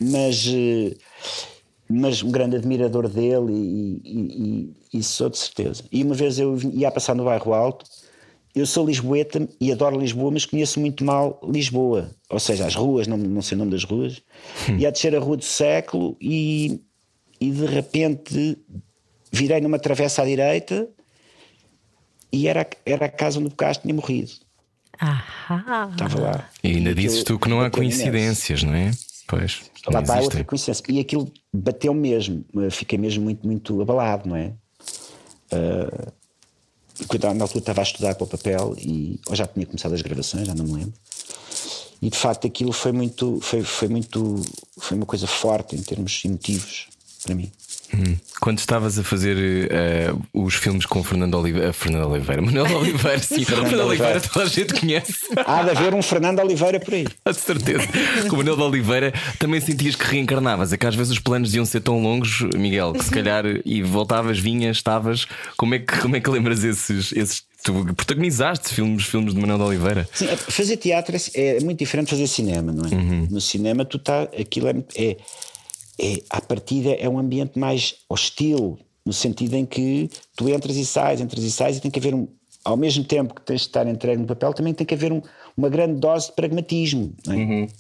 mas um grande admirador dele e sou de certeza. E uma vez eu ia passar no Bairro Alto. Eu sou lisboeta e adoro Lisboa, mas conheço muito mal Lisboa, ou seja, as ruas, não sei o nome das ruas. Ia descer a Rua do Século e de repente virei numa travessa à direita e era a casa onde o Bocage tinha morrido. Estava lá. E ainda dizes tu que não há coincidências, não é? Pois. Lá está outra coincidência. E aquilo bateu mesmo, fiquei mesmo muito, muito abalado, não é? Na altura estava a estudar para o papel ou já tinha começado as gravações, já não me lembro. E de facto aquilo foi uma coisa forte em termos emotivos para mim. Quando estavas a fazer os filmes com Fernando Oliveira, Manuel Oliveira, sim, Fernando Oliveira toda a gente conhece. Há de haver um Fernando Oliveira por aí. Com certeza. Com o Manuel Oliveira também sentias que reencarnavas. É que às vezes os planos iam ser tão longos, Miguel, que se calhar e voltavas, vinhas, estavas. Como é que lembras esses Tu protagonizaste filmes de Manuel de Oliveira. Sim, fazer teatro é muito diferente de fazer cinema, não é? No cinema aquilo à partida é um ambiente mais hostil, no sentido em que tu entras e sais e tem que haver ao mesmo tempo que tens de estar entregue no papel, também tem que haver uma grande dose de pragmatismo, não é?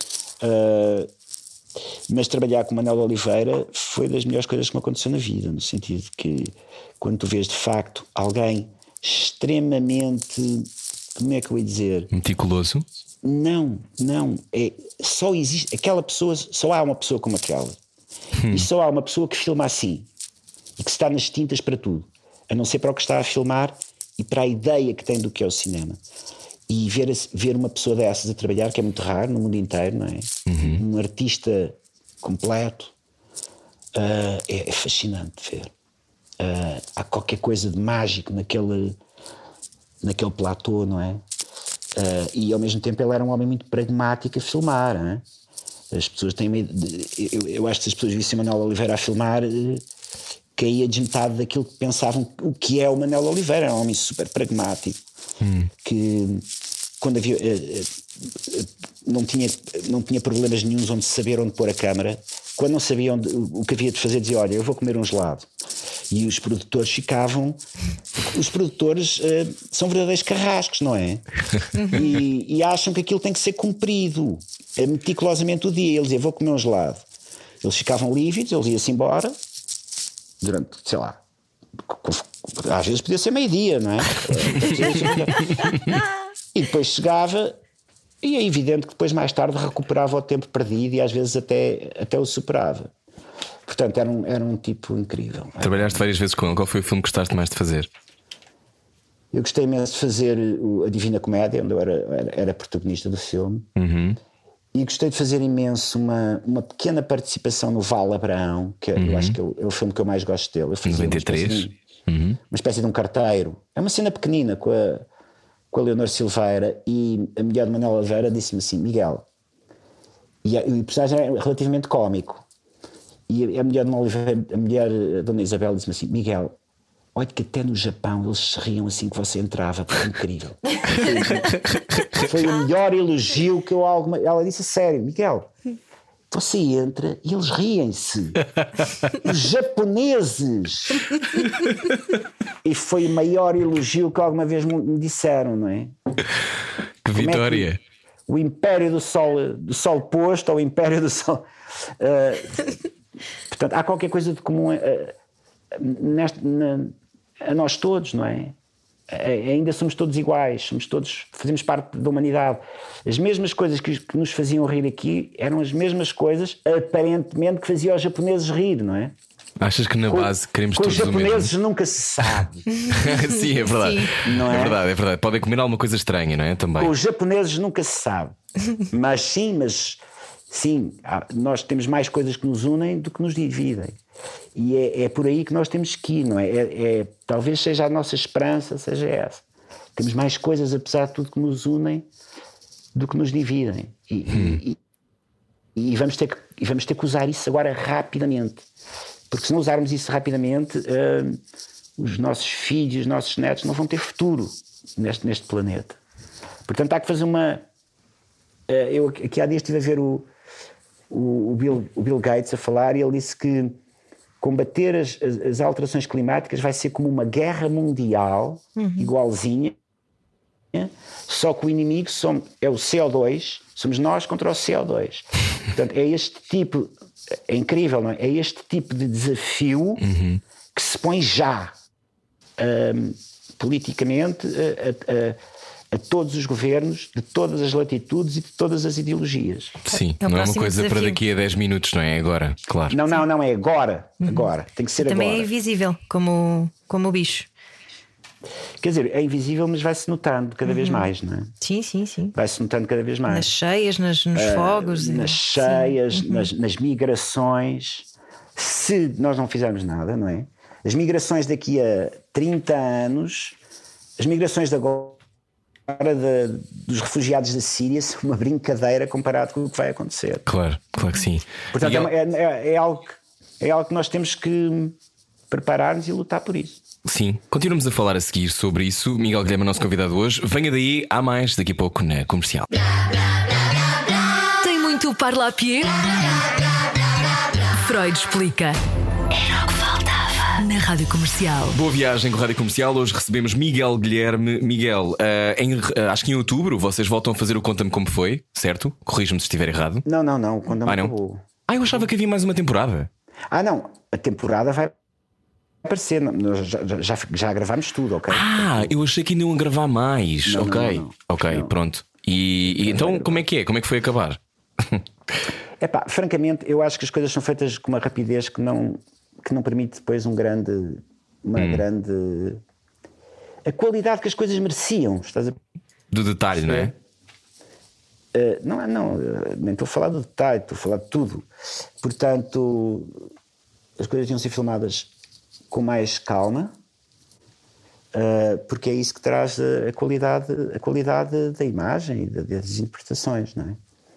Mas trabalhar com Manuel de Oliveira foi das melhores coisas que me aconteceu na vida, no sentido de que quando tu vês de facto alguém extremamente, como é que eu ia dizer? Meticuloso? Não, só existe aquela pessoa, só há uma pessoa como aquela. E só há uma pessoa que filma assim e que está nas tintas para tudo, a não ser para o que está a filmar e para a ideia que tem do que é o cinema. E ver uma pessoa dessas a trabalhar, que é muito raro no mundo inteiro, não é? Um artista completo, é fascinante ver. Há qualquer coisa de mágico naquele platô, não é? E ao mesmo tempo ele era um homem muito pragmático a filmar, não é? As pessoas têm medo. Eu acho que se as pessoas vissem Manuel Oliveira a filmar, caía de metade daquilo que pensavam o que é o Manuel Oliveira. Era um homem super pragmático. Que quando havia não tinha problemas nenhuns onde saber onde pôr a câmara. Quando não sabiam o que havia de fazer, dizia: olha, eu vou comer um gelado. E os produtores ficavam. Os produtores são verdadeiros carrascos, não é? E acham que aquilo tem que ser cumprido meticulosamente o dia. Eles diziam: vou comer um gelado. Eles ficavam lívidos, eles iam-se embora durante, sei lá, às vezes podia ser meio-dia, não é? E depois chegava, e é evidente que depois mais tarde recuperava o tempo perdido e às vezes até o superava. Portanto, era um tipo incrível. Trabalhaste várias vezes com ele. Qual foi o filme que gostaste mais de fazer? Eu gostei imenso de fazer a Divina Comédia, onde eu era protagonista do filme. E gostei de fazer imenso uma pequena participação no Val Abraão, que eu acho que é o filme que eu mais gosto dele. Eu fiz 93. Uma espécie de um carteiro. É uma cena pequenina com a Leonor Silveira, e a mulher de Manuel Oliveira disse-me assim: Miguel, e o personagem é relativamente cómico, e a mulher de Oliveira, a Dona Isabel, disse-me assim: Miguel, olha que até no Japão eles se riam assim que você entrava, porque é incrível. Foi o melhor elogio que eu alguma. Ela disse: sério, Miguel, você entra e eles riem-se. Os japoneses. E foi o maior elogio que alguma vez me disseram, não é? Que vitória! O Império do Sol posto, ou o Império do Sol. Portanto, há qualquer coisa de comum a nós todos, não é? Ainda somos todos iguais, fazemos parte da humanidade. As mesmas coisas que nos faziam rir aqui eram as mesmas coisas, aparentemente, que faziam os japoneses rir, não é? Achas que na base queremos todos o mesmo? Com os japoneses nunca se sabe. Sim, é verdade. Sim. Não é? É verdade. Podem comer alguma coisa estranha, não é? Também. Com os japoneses nunca se sabe. Mas sim, nós temos mais coisas que nos unem do que nos dividem. E é por aí que nós temos que ir, não é? Talvez seja a nossa esperança, seja essa. Temos mais coisas, apesar de tudo, que nos unem do que nos dividem. E vamos ter que usar isso agora rapidamente. Porque se não usarmos isso rapidamente, os nossos filhos, os nossos netos não vão ter futuro neste planeta. Portanto, há que fazer uma... Eu aqui há dias estive a ver o Bill Gates a falar, e ele disse que combater as alterações climáticas vai ser como uma guerra mundial, igualzinha, só que o inimigo é o CO2, somos nós contra o CO2. Portanto, é este tipo, é incrível, não é? É este tipo de desafio que se põe já politicamente a todos os governos, de todas as latitudes e de todas as ideologias. Sim, não é uma coisa para daqui a 10 minutos, não é? Agora, claro. Não, é agora. Agora. Tem que ser também agora. Também é invisível, como o bicho. Quer dizer, é invisível, mas vai-se notando cada vez mais, não é? Sim. Vai-se notando cada vez mais. Nas cheias, nos fogos. Nas cheias, nas migrações. Se nós não fizermos nada, não é? As migrações daqui a 30 anos, as migrações de agora dos refugiados da Síria são uma brincadeira comparado com o que vai acontecer. Claro que sim. Portanto, é algo que nós temos que preparar-nos e lutar por isso. Sim, continuamos a falar a seguir sobre isso. Miguel Guilherme é o nosso convidado hoje. Venha daí, há mais daqui a pouco na Comercial. Tem muito parlapié? Freud explica. Era o que faltava na Rádio Comercial. Boa viagem com a Rádio Comercial. Hoje recebemos Miguel Guilherme. Miguel, acho que em outubro vocês voltam a fazer o Conta-me Como Foi, certo? Corrija-me se estiver errado. Não, quando não? acabou. Eu achava que havia mais uma temporada. Não, a temporada vai aparecer. Nós já gravámos tudo, ok? Eu achei que ainda iam gravar mais. Não, ok, não. pronto. E então como é que é? Como é que foi acabar? Francamente, eu acho que as coisas são feitas com uma rapidez que não permite depois uma grande a qualidade que as coisas mereciam, estás a... Do detalhe, não é? Não, nem estou a falar do detalhe, estou a falar de tudo. Portanto, as coisas iam ser filmadas com mais calma, porque é isso que traz a qualidade da imagem e das interpretações, não é?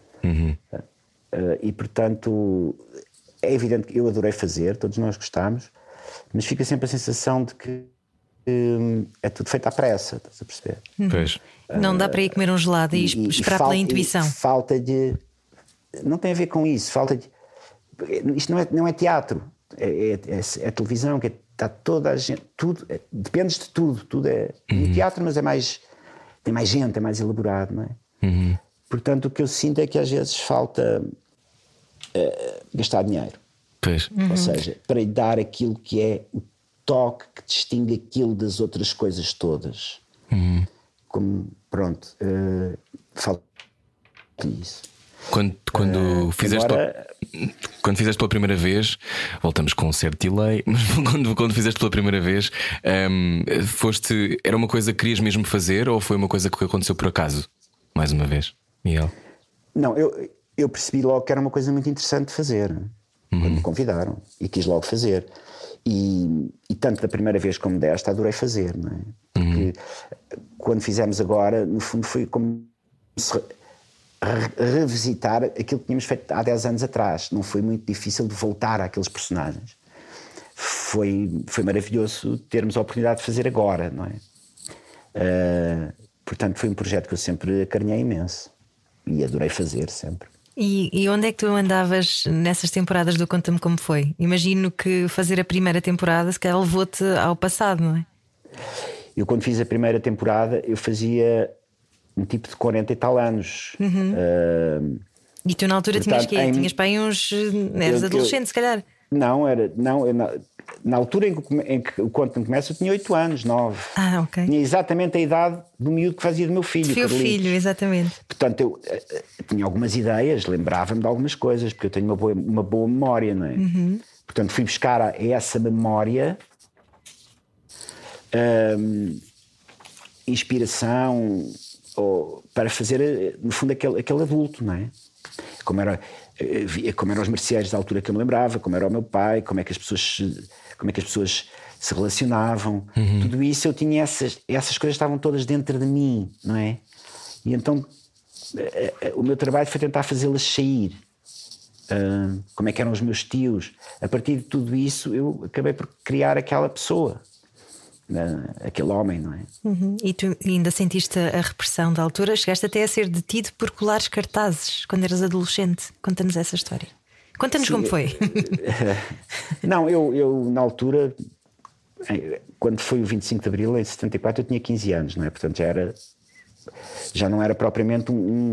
E portanto é evidente que eu adorei fazer, todos nós gostámos, mas fica sempre a sensação de que é tudo feito à pressa, estás a perceber? Pois. Não dá para ir comer um gelado e esperar pela intuição. Falta de. Não tem a ver com isso, falta de. Isto não é teatro, é televisão, que está toda a gente. Tudo, dependes de tudo. Tudo é. No teatro, mas tem mais gente, é mais elaborado, não é? Portanto, o que eu sinto é que às vezes falta gastar dinheiro. Pois. Ou seja, para lhe dar aquilo que é o toque que distingue aquilo das outras coisas todas. Como, pronto, falta isso. Quando fizeste pela primeira vez, voltamos com um certo delay, mas quando fizeste pela primeira vez, era uma coisa que querias mesmo fazer ou foi uma coisa que aconteceu por acaso? Mais uma vez, Miguel? Não, eu percebi logo que era uma coisa muito interessante de fazer quando me convidaram e quis logo fazer. E tanto da primeira vez como desta adorei fazer, não é? Porque quando fizemos agora, no fundo foi como se revisitar aquilo que tínhamos feito há 10 anos atrás. Não foi muito difícil de voltar àqueles personagens. Foi maravilhoso termos a oportunidade de fazer agora, não é? Portanto, foi um projeto que eu sempre acarinhei imenso e adorei fazer sempre. E onde é que tu andavas nessas temporadas do Conta-me Como Foi? Imagino que fazer a primeira temporada se calhar levou-te ao passado, não é? Eu quando fiz a primeira temporada eu fazia um tipo de 40 e tal anos. E tu na altura tinhas quê? Tinhas para aí uns... Eras adolescente se calhar? Na altura em que o Conta-me Começa eu tinha 8 anos, 9. Ok. Tinha exatamente a idade do miúdo que fazia do meu filho. Teu filho, exatamente. Portanto, eu tinha algumas ideias, lembrava-me de algumas coisas, porque eu tenho uma boa memória, não é? Portanto, fui buscar essa memória, inspiração, para fazer, no fundo, aquele adulto, não é? Como eram os merceeiros da altura que eu me lembrava, como era o meu pai, como é que as pessoas se relacionavam. Tudo isso eu tinha, essas coisas estavam todas dentro de mim, não é? E então o meu trabalho foi tentar fazê-las sair. Como é que eram os meus tios. A partir de tudo isso eu acabei por criar aquela pessoa, aquele homem, não é? E tu ainda sentiste a repressão da altura? Chegaste até a ser detido por colares cartazes quando eras adolescente. Conta-nos essa história. Conta-nos como foi. Não, eu na altura, quando foi o 25 de Abril em 74, eu tinha 15 anos, não é? Portanto já não era propriamente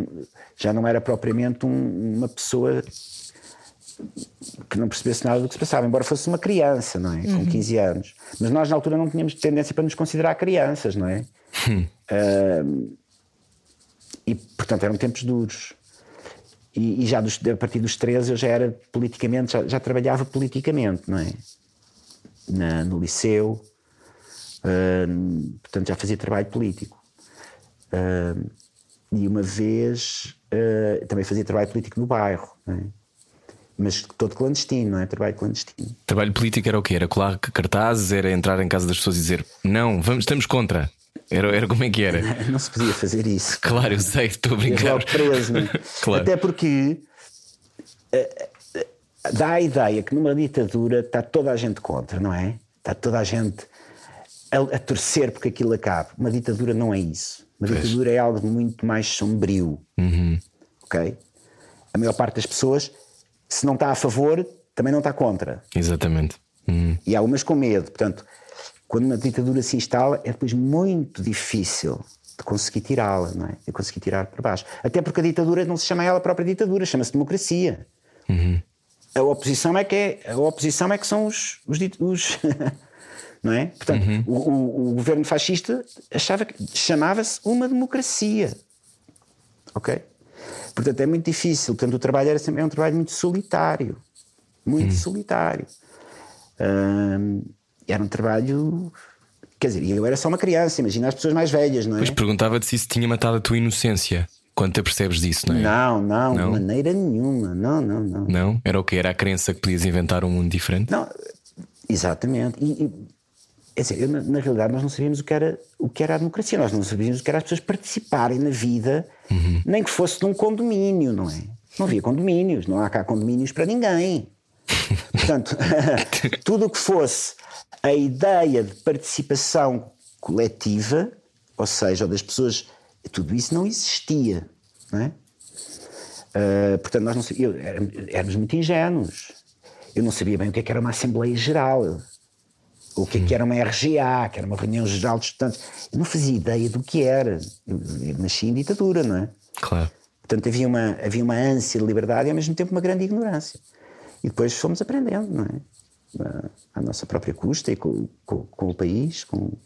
uma pessoa que não percebesse nada do que se passava, embora fosse uma criança, não é? Com 15 anos. Mas nós na altura não tínhamos tendência para nos considerar crianças, não é? E portanto eram tempos duros. E já a partir dos 13 eu já era politicamente, já trabalhava politicamente, não é? No liceu, portanto já fazia trabalho político. E uma vez também fazia trabalho político no bairro, não é? Mas todo clandestino, não é? Trabalho clandestino. Trabalho político era o quê? Era colar cartazes? Era entrar em casa das pessoas e dizer não, estamos contra? Era como é que era? Não se podia fazer isso. Claro, eu sei, estou a brincar. Logo preso, não é? Claro. Até porque dá a ideia que numa ditadura está toda a gente contra, não é? Está toda a gente a torcer porque aquilo acabe. Uma ditadura não é isso. Uma ditadura é algo muito mais sombrio. Ok? A maior parte das pessoas, se não está a favor, também não está contra. Exatamente. E há umas com medo. Portanto, quando uma ditadura se instala, é depois muito difícil de conseguir tirá-la, não é? De conseguir tirar por baixo. Até porque a ditadura não se chama ela própria ditadura, chama-se democracia. A oposição é que são os não é? Portanto, o governo fascista chamava-se uma democracia. Ok? Portanto, é muito difícil. Portanto, o trabalho é um trabalho muito solitário. Muito solitário. Era um trabalho... Quer dizer, eu era só uma criança, imagina as pessoas mais velhas, não é? Pois perguntava-te se isso tinha matado a tua inocência. Quando te apercebes disso, não é? Não, de maneira nenhuma. Não. Não? Era o quê? Era a crença que podias inventar um mundo diferente? Não, exatamente. Quer dizer, na realidade nós não sabíamos o que era a democracia. Nós não sabíamos o que era as pessoas participarem na vida, nem que fosse num condomínio, não é? Não havia condomínios, não há cá condomínios para ninguém. Portanto, tudo o que fosse a ideia de participação coletiva, ou seja, das pessoas, tudo isso não existia, não é? Portanto, nós não sabíamos, éramos muito ingênuos. Eu não sabia bem o que era uma Assembleia Geral, o que era uma RGA, que era uma Reunião Geral de Estudantes. Eu não fazia ideia do que era. Eu nasci em ditadura, não é? Claro. Portanto, havia uma ânsia de liberdade e ao mesmo tempo uma grande ignorância. E depois fomos aprendendo, não é? À nossa própria custa e com o país,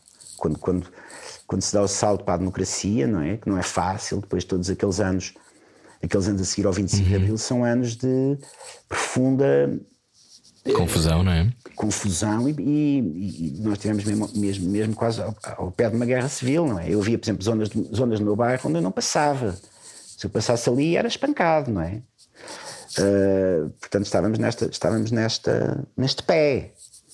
quando se dá o salto para a democracia, não é? Que não é fácil, depois todos aqueles anos a seguir ao 25 de Abril são anos de profunda confusão, não é? Confusão e nós tivemos mesmo quase ao pé de uma guerra civil, não é? Eu via, por exemplo, zonas no meu bairro onde eu não passava. Se eu passasse ali era espancado, não é? Portanto, estávamos neste pé.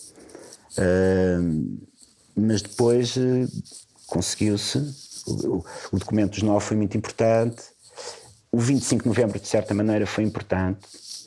Mas depois conseguiu-se. O documento dos 9 foi muito importante. O 25 de novembro, de certa maneira, foi importante.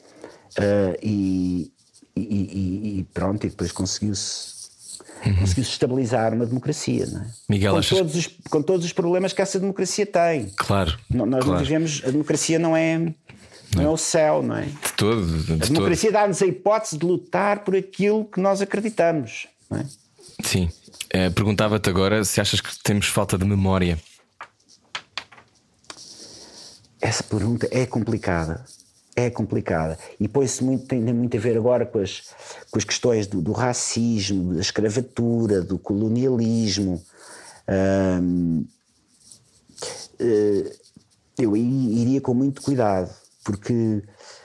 E pronto, e depois conseguiu-se estabilizar uma democracia, não é? Miguel, com todos os problemas que essa democracia tem. Claro. Nós não vivemos. A democracia não é o céu, não é? De todo. A democracia dá-nos a hipótese de lutar por aquilo que nós acreditamos, não é? Sim. Perguntava-te agora se achas que temos falta de memória. Essa pergunta é complicada. É complicada. E tem muito a ver agora com as questões do racismo, da escravatura, do colonialismo. Eu iria com muito cuidado, porque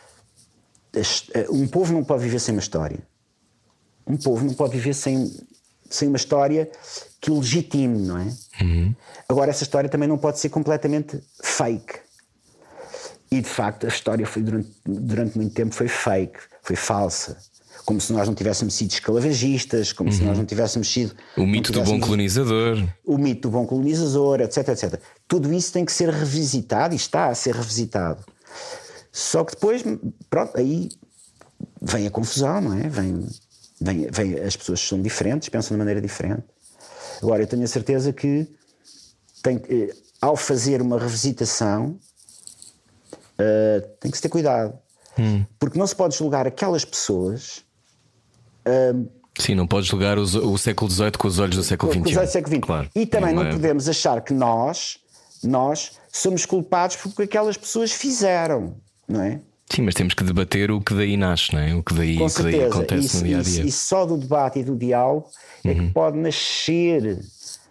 um povo não pode viver sem uma história. Um povo não pode viver sem uma história que o legitime, não é? Agora, essa história também não pode ser completamente fake. E de facto a história foi durante muito tempo foi fake, foi falsa. Como se nós não tivéssemos sido esclavagistas, como se nós não tivéssemos sido... O mito do bom colonizador. O mito do bom colonizador, etc, etc. Tudo isso tem que ser revisitado e está a ser revisitado. Só que depois, pronto, aí vem a confusão, não é? Vem as pessoas são diferentes, pensam de maneira diferente. Agora, eu tenho a certeza que ao fazer uma revisitação tem que se ter cuidado, porque não se pode julgar aquelas pessoas. Sim, não pode julgar o século XVIII com os olhos do século XXI. Claro. E também não podemos achar que nós somos culpados por que aquelas pessoas fizeram, não é? Sim, mas temos que debater o que daí nasce, não é? O que daí acontece no dia a dia. E só do debate e do diálogo é que pode nascer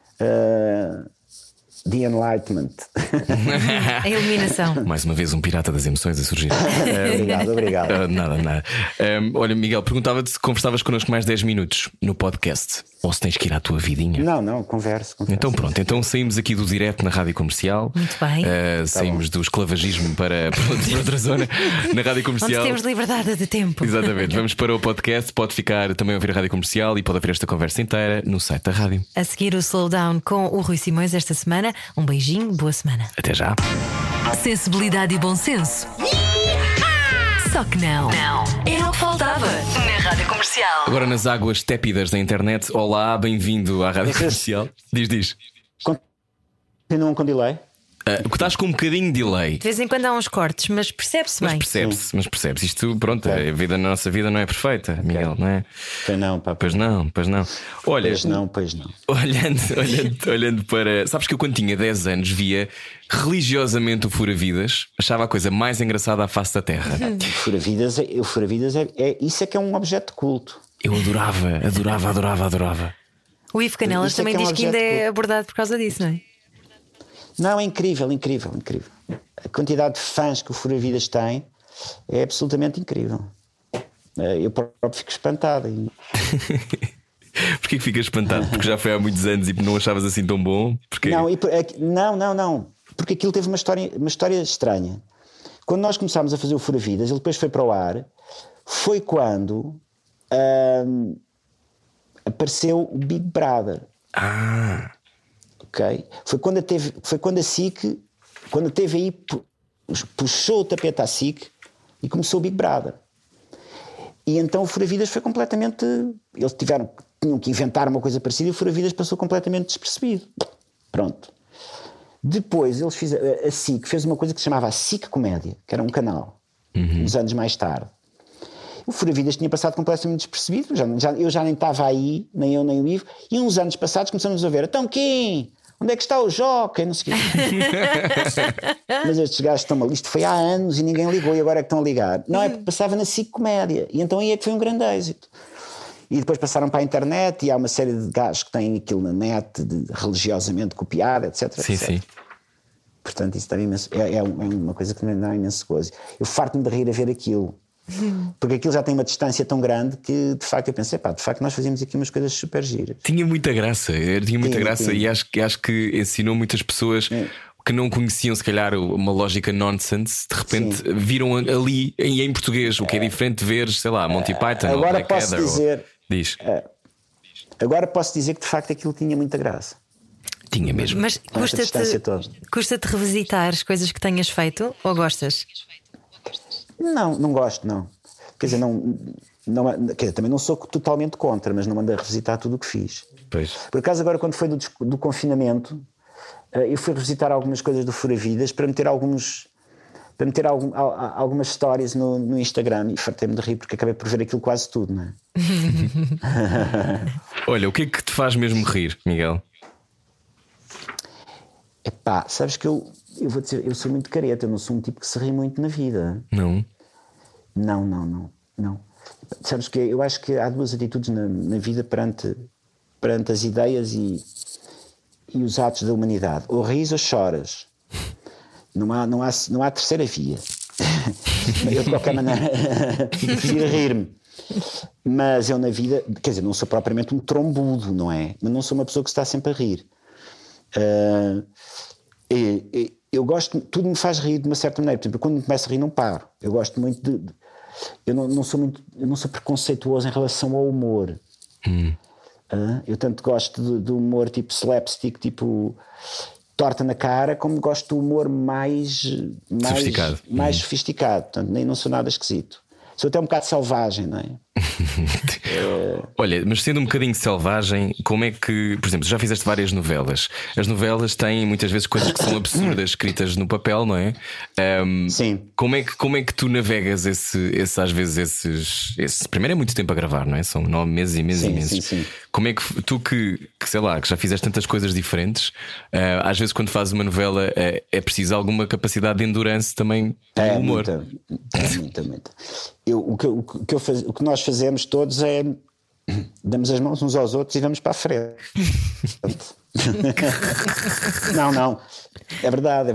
The Enlightenment. A iluminação. Mais uma vez um pirata das emoções a surgir. Obrigado. Nada. Olha, Miguel, perguntava-te se conversavas connosco mais 10 minutos no podcast ou se tens que ir à tua vidinha. Não, converso. Então pronto, então saímos aqui do direto na Rádio Comercial. Muito bem. Saímos do esclavagismo para outra zona na Rádio Comercial. Onde temos liberdade de tempo. Exatamente, vamos para o podcast. Pode ficar também a ouvir a Rádio Comercial e pode ouvir esta conversa inteira no site da rádio. A seguir o Slowdown com o Rui Simões esta semana. Um beijinho, boa semana. Até já. Sensibilidade e bom senso. Só que não. Era o que faltava na Rádio Comercial. Comercial. Agora nas águas tépidas da internet. Olá, bem-vindo à Rádio Comercial. Diz. Continuam com delay? Estás com um bocadinho de delay. De vez em quando há uns cortes, mas percebe-se bem. Mas percebes. Isto, pronto, a vida na nossa vida não é perfeita, Miguel, não é? Pois não, pá. Pois não. Olha, Pois não. Olhando para. Sabes que eu, quando tinha 10 anos, via religiosamente o Fura-Vidas. Achava a coisa mais engraçada à face da terra. O Fura-Vidas isso é que é um objeto de culto. Eu adorava. O Ivo Canelas Isto é também que é um diz que ainda objeto é de abordado por causa disso, não é? Não, é incrível. A quantidade de fãs que o Fura-Vidas tem é absolutamente incrível. Eu próprio fico espantado. Porquê que ficas espantado? Porque já foi há muitos anos e não achavas assim tão bom? Porque... Não. Porque aquilo teve uma história estranha. Quando nós começámos a fazer o Fura-Vidas, ele depois foi para o ar. Foi quando apareceu o Big Brother. Ok? Foi quando a SIC, quando a TVI puxou o tapete à SIC e começou o Big Brother. E então o Fura-Vidas foi completamente. Eles tinham que inventar uma coisa parecida e o Fura-Vidas passou completamente despercebido. Pronto. Depois a SIC fez uma coisa que se chamava a SIC Comédia, que era um canal, uns anos mais tarde. O Fura-Vidas tinha passado completamente despercebido, eu já nem estava aí, nem eu nem o Ivo, e uns anos passados começamos a ver, então quem? Onde é que está o Joca? Não sei o quê. Mas estes gajos estão ali, isto foi há anos e ninguém ligou e agora é que estão a ligar. Não, é porque passava na SIC Comédia, e então aí é que foi um grande êxito. E depois passaram para a internet e há uma série de gajos que têm aquilo na net, religiosamente copiado, etc. Sim. Portanto, isso também é uma coisa que me dá imenso gozo. Eu farto-me de rir a ver aquilo. Porque aquilo já tem uma distância tão grande que de facto eu pensei, de facto nós fazíamos aqui umas coisas super giras. Tinha muita graça. E acho que ensinou muitas pessoas que não conheciam se calhar uma lógica nonsense, de repente viram ali em português, o que é diferente de ver, sei lá, Monty Python ou Blackadder. Diz. Agora posso dizer que de facto aquilo tinha muita graça. Tinha mesmo. Mas custa-te revisitar as coisas que tenhas feito ou gostas? Não gosto, não. Quer dizer, também não sou totalmente contra, mas não mando a revisitar tudo o que fiz. Pois. Por acaso, agora, quando foi do confinamento, eu fui revisitar algumas coisas do Fura-Vidas para meter algumas histórias no Instagram e fartei-me de rir porque acabei por ver aquilo quase tudo, não é? Olha, o que é que te faz mesmo rir, Miguel? Sabes que eu vou dizer, eu sou muito careta, eu não sou um tipo que se ri muito na vida. Não. Sabes que eu acho que há duas atitudes na vida perante as ideias e os atos da humanidade: ou ris ou choras. Não há terceira via. Eu de qualquer maneira prefiro rir-me. Mas eu na vida, quer dizer, não sou propriamente um trombudo, não é? Mas não sou uma pessoa que está sempre a rir. Eu gosto, tudo me faz rir de uma certa maneira. Por exemplo, quando me começo a rir não paro. Eu gosto muito eu não sou preconceituoso em relação ao humor. Eu tanto gosto do humor tipo slapstick, tipo torta na cara, como gosto do humor mais sofisticado. Portanto, nem não sou nada esquisito. Sou até um bocado selvagem, não é? Olha, mas sendo um bocadinho selvagem, como é que, por exemplo, já fizeste várias novelas. As novelas têm muitas vezes coisas que são absurdas escritas no papel, não é? Sim. Como é que tu navegas às vezes esses. Primeiro é muito tempo a gravar, não é? São 9 meses e meses. Sim. Como é que tu que sei lá, que já fizeste tantas coisas diferentes, às vezes quando fazes uma novela é preciso alguma capacidade de endurance também no humor. Muita. O que nós fazemos todos é damos as mãos uns aos outros e vamos para a frente. Não, é verdade.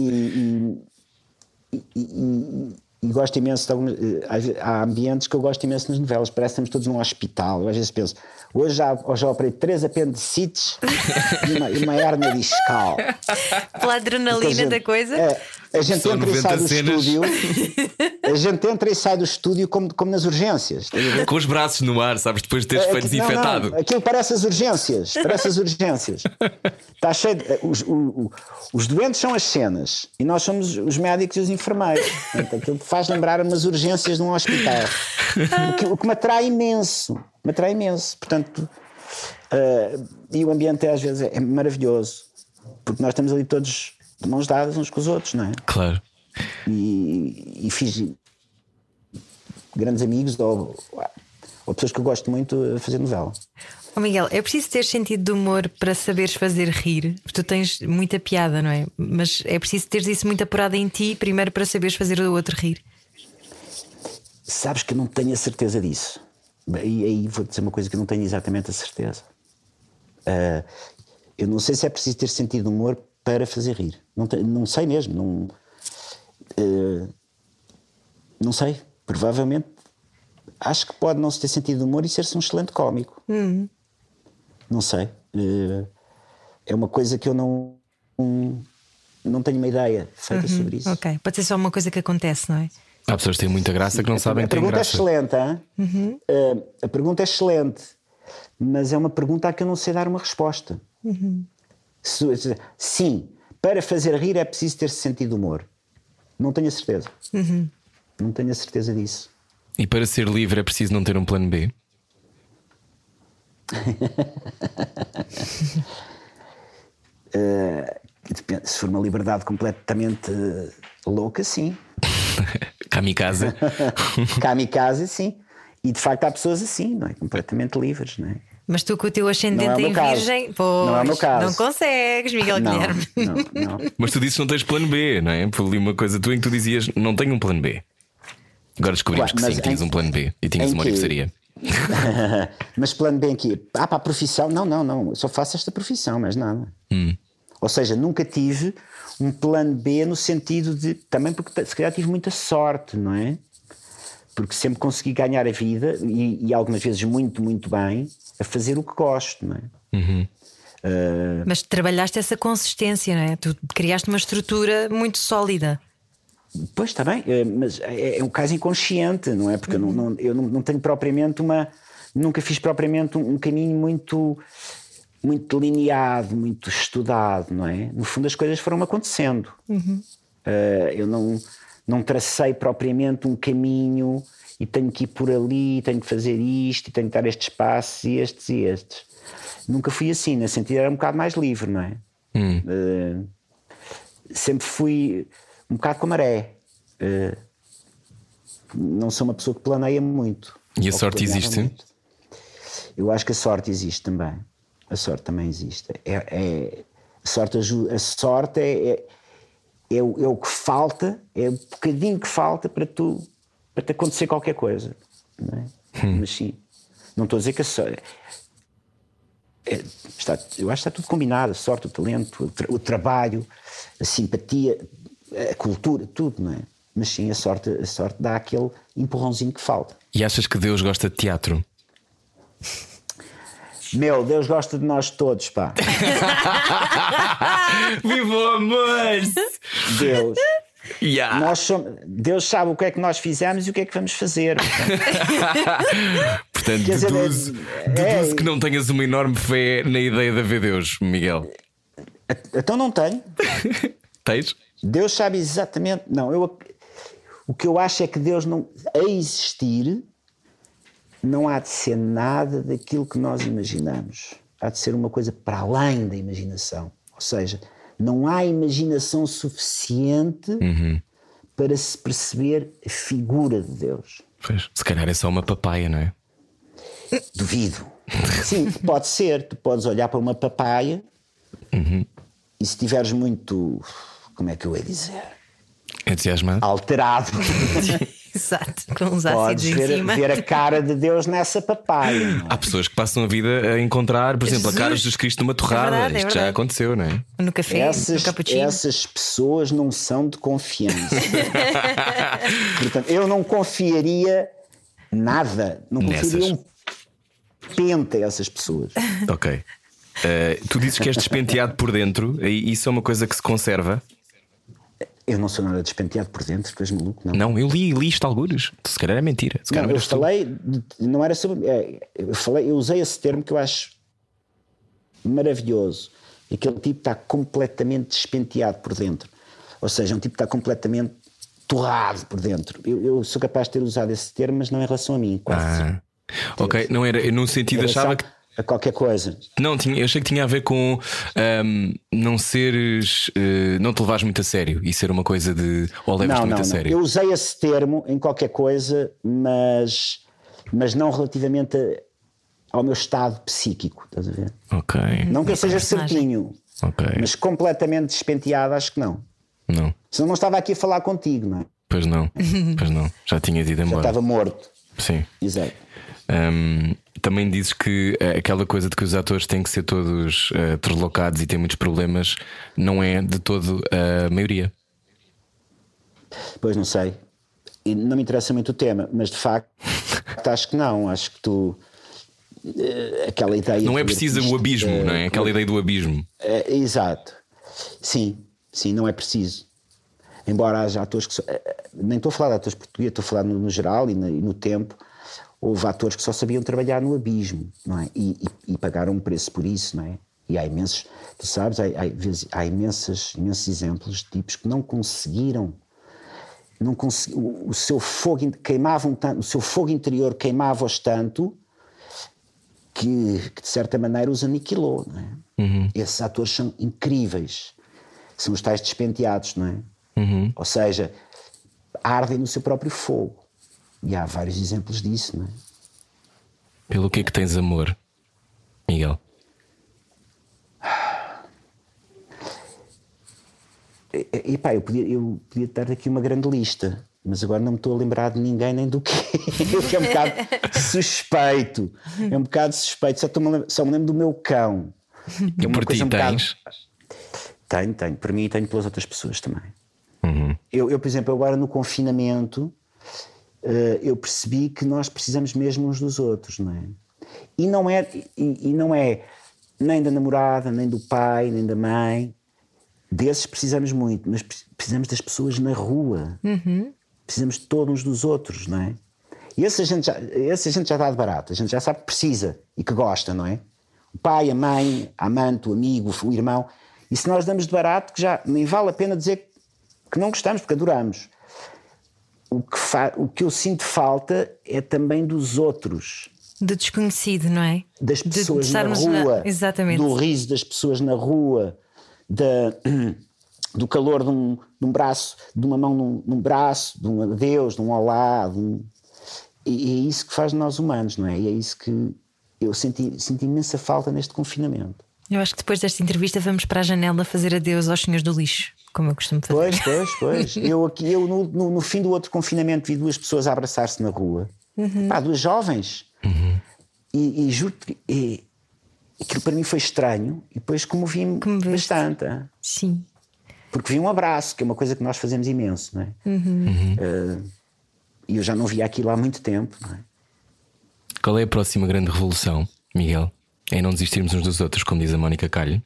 E gosto imenso de algumas. Há ambientes que eu gosto imenso nas novelas. Parece que estamos todos num hospital. Eu às vezes penso, hoje já operei 3 apendicites e uma hérnia discal. Pela adrenalina da coisa. A gente entra e sai do estúdio. A gente entra e sai do estúdio como nas urgências. Com os braços no ar, sabes? Depois de teres feito desinfetado. Não, aquilo parece as urgências. Está cheio de, os doentes são as cenas e nós somos os médicos e os enfermeiros. Portanto, aquilo faz lembrar umas urgências de um hospital. O que me atrai imenso. Portanto, e o ambiente às vezes é maravilhoso. Porque nós estamos ali todos de mãos dadas uns com os outros, não é? Claro. E fiz grandes amigos ou pessoas que eu gosto muito a fazer novela. Oh Miguel, é preciso ter sentido de humor para saberes fazer rir, porque tu tens muita piada, não é? Mas é preciso teres isso muito apurado em ti primeiro para saberes fazer o outro rir. Sabes que eu não tenho a certeza disso. E aí vou dizer uma coisa que eu não tenho exatamente a certeza. Eu não sei se é preciso ter sentido de humor para fazer rir. Não sei mesmo. Não sei. Provavelmente acho que pode não se ter sentido de humor e ser-se um excelente cómico. Não sei. É uma coisa que eu não tenho uma ideia feita sobre isso. Ok, pode ser só uma coisa que acontece, não é? Há pessoas que têm muita graça que não sabem que têm graça. A pergunta é excelente, a pergunta é excelente, mas é uma pergunta a que eu não sei dar uma resposta. Sim, para fazer rir é preciso ter sentido de humor. Não tenho a certeza. Não tenho a certeza disso. E para ser livre é preciso não ter um plano B? Se for uma liberdade completamente louca, sim. Kamikaze. Kamikaze, sim. E de facto há pessoas assim, não é? Completamente livres, não é? Mas tu com o teu ascendente em Virgem, pois, não é o meu caso. Não consegues, Miguel Guilherme. Não. Mas tu dizes que não tens plano B, não é? Por ali uma coisa tu em que tu dizias não tenho um plano B. Agora descobrimos que sim, que tinhas um plano B e tinhas uma orivesaria. Mas plano B em quê? Para a profissão? Não. Eu só faço esta profissão, mas nada. Ou seja, nunca tive um plano B no sentido de. Também porque se calhar tive muita sorte, não é? Porque sempre consegui ganhar a vida e algumas vezes muito, muito bem a fazer o que gosto, não é? Mas trabalhaste essa consistência, não é? Tu criaste uma estrutura muito sólida. Pois está bem, mas é um caso inconsciente, não é? Porque eu não tenho propriamente nunca fiz propriamente um caminho muito delineado, muito estudado, não é? No fundo as coisas foram acontecendo. Eu não tracei propriamente um caminho e tenho que ir por ali, tenho que fazer isto e tenho que dar estes passos e estes. Nunca fui assim, nesse sentido era um bocado mais livre, não é? Sempre fui um bocado com a maré. Não sou uma pessoa que planeia muito. E a sorte existe? Muito. Eu acho que a sorte existe também. A sorte também existe. A sorte ajuda. A sorte é o que falta, é o bocadinho que falta para te acontecer qualquer coisa, não é? Mas sim, não estou a dizer que a sorte eu acho que está tudo combinado, a sorte, o talento, o trabalho, a simpatia, a cultura, tudo, não é? Mas sim, a sorte dá aquele empurrãozinho que falta. E achas que Deus gosta de teatro? Meu, Deus gosta de nós todos, pá. Viva o amor! Deus. Yeah. Deus sabe o que é que nós fizemos e o que é que vamos fazer. Portanto, deduzo que não tenhas uma enorme fé na ideia de haver Deus, Miguel. Então não tenho. Tens? Deus sabe exatamente. Não, o que eu acho é que Deus não. A existir, não há de ser nada daquilo que nós imaginamos. Há de ser uma coisa para além da imaginação. Ou seja, não há imaginação suficiente para se perceber a figura de Deus. Pois, se calhar é só uma papaya, não é? Duvido. Sim, pode ser. Tu podes olhar para uma papaya e se estiveres muito, como é que eu ia dizer? Entusiasmado? Alterado. Exato, com uns Podes ácidos em cima. ver a cara de Deus nessa papaya, não é? Há pessoas que passam a vida a encontrar, por exemplo, a cara de Jesus Cristo numa torrada. É verdade. Isto já aconteceu, não é? No café, no cappuccino. Essas pessoas não são de confiança. Portanto, eu não confiaria nada. Não confiaria um pente a essas pessoas. Ok. Tu dizes que és despenteado por dentro, e isso é uma coisa que se conserva? Eu não sou nada despenteado por dentro, tu és maluco, não. Não, eu li isto algures. Se calhar é mentira. Se calhar Não, eu falei, não era sobre. Eu usei esse termo que eu acho maravilhoso. Aquele tipo está completamente despenteado por dentro. Ou seja, um tipo que está completamente torrado por dentro. Eu sou capaz de ter usado esse termo, mas não em relação a mim, quase. Ok, não era. Eu, no sentido, achava que. A qualquer coisa. Não, eu achei que tinha a ver com não seres. Não te levares muito a sério e ser uma coisa de. Ou levas-te muito a sério. Eu usei esse termo em qualquer coisa, mas não relativamente ao meu estado psíquico, estás a ver? Ok. Não que eu seja certinho, mas completamente despenteado, acho que não. Não. Senão não estava aqui a falar contigo, não é? Pois não. Já tinhas ido embora. Já estava morto. Sim. Exato. Também dizes que aquela coisa de que os atores têm que ser todos deslocados e têm muitos problemas não é de todo a maioria. Pois não sei. E não me interessa muito o tema, mas de facto acho que não. Acho que tu. Aquela ideia. Não é preciso o abismo, não é? Aquela ideia do abismo. Exato. Sim, não é preciso. Embora haja atores que. Nem estou a falar de atores portugueses, estou a falar no geral e no tempo. Houve atores que só sabiam trabalhar no abismo, não é? E pagaram um preço por isso, não é? E há imensos, tu sabes, há imensos exemplos de tipos que não conseguiram, o seu fogo queimavam tanto, o seu fogo interior queimava-os tanto que de certa maneira os aniquilou, não é? Uhum. Esses atores são incríveis, são os tais despenteados, não é? Uhum. Ou seja, ardem no seu próprio fogo. E há vários exemplos disso, não é? Pelo que é que tens amor, Miguel? E pá, eu podia dar aqui uma grande lista, mas agora não me estou a lembrar de ninguém nem do quê. Que é um bocado suspeito. É um bocado suspeito. Só me lembro do meu cão. E por ti tens? Tenho. Por mim e tenho pelas outras pessoas também. Uhum. Eu, por exemplo, agora no confinamento. Eu percebi que nós precisamos mesmo uns dos outros, não é? E não é nem da namorada, nem do pai, nem da mãe. Desses precisamos muito, mas precisamos das pessoas na rua. Uhum. Precisamos de todos uns dos outros, não é? E esse a gente já dá de barato. A gente já sabe que precisa e que gosta, não é? O pai, a mãe, a amante, o amigo, o irmão. E se nós damos de barato, que já nem vale a pena dizer que não gostamos, porque adoramos. O que eu sinto falta é também dos outros. Do desconhecido, não é? Das pessoas na rua. Exatamente. Do riso das pessoas na rua. Do calor de um braço, de uma mão num braço, de um adeus, de um olá. E é isso que faz de nós humanos, não é? E é isso que eu senti imensa falta neste confinamento. Eu acho que depois desta entrevista vamos para a janela fazer adeus aos senhores do lixo, como eu costumo fazer. Pois. Eu no fim do outro confinamento vi duas pessoas a abraçar-se na rua. Uhum. Duas jovens. Uhum. E juro que aquilo para mim foi estranho. E depois comovi-me bastante. Sim. Porque vi um abraço, que é uma coisa que nós fazemos imenso, não é? Uhum. E eu já não via aquilo há muito tempo, não é? Qual é a próxima grande revolução, Miguel? É não desistirmos uns dos outros, como diz a Mónica Calho?